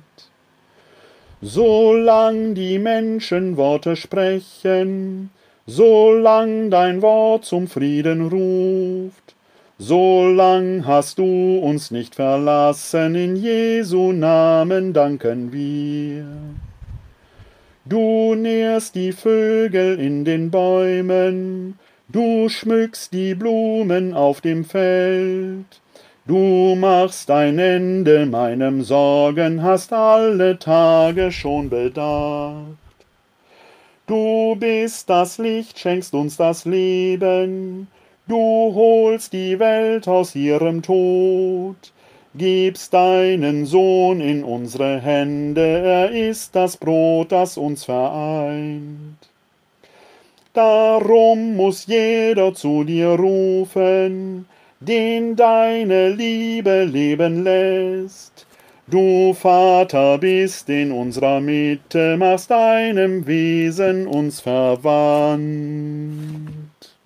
Solang die Menschen Worte sprechen, solang dein Wort zum Frieden ruft, solang hast du uns nicht verlassen, in Jesu Namen danken wir. Du nährst die Vögel in den Bäumen, du schmückst die Blumen auf dem Feld, du machst ein Ende meinem Sorgen, hast alle Tage schon bedacht. Du bist das Licht, schenkst uns das Leben, du holst die Welt aus ihrem Tod, gibst deinen Sohn in unsere Hände, er ist das Brot, das uns vereint. Darum muss jeder zu dir rufen, den deine Liebe leben lässt. Du Vater bist in unserer Mitte, machst deinem Wesen uns verwandt.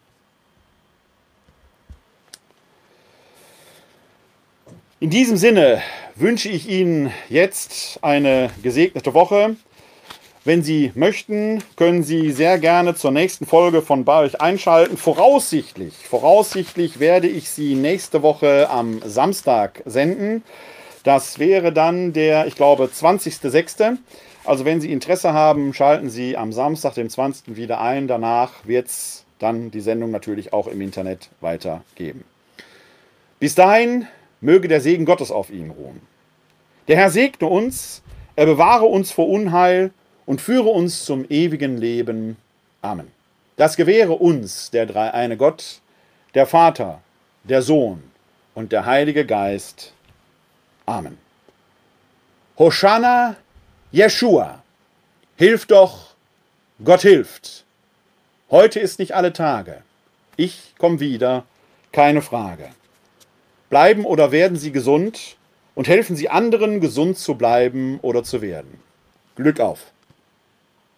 In diesem Sinne wünsche ich Ihnen jetzt eine gesegnete Woche. Wenn Sie möchten, können Sie sehr gerne zur nächsten Folge von Bei euch einschalten. Voraussichtlich, voraussichtlich werde ich sie nächste Woche am Samstag senden. Das wäre dann der, ich glaube, zwanzigster sechste Also wenn Sie Interesse haben, schalten Sie am Samstag, dem zwanzigsten wieder ein. Danach wird es dann die Sendung natürlich auch im Internet weitergeben. Bis dahin möge der Segen Gottes auf Ihnen ruhen. Der Herr segne uns, er bewahre uns vor Unheil und führe uns zum ewigen Leben. Amen. Das gewähre uns der dreieine Gott, der Vater, der Sohn und der Heilige Geist. Amen. Hosanna, Jeshua. Hilf doch, Gott hilft. Heute ist nicht alle Tage. Ich komme wieder, keine Frage. Bleiben oder werden Sie gesund und helfen Sie anderen, gesund zu bleiben oder zu werden. Glück auf!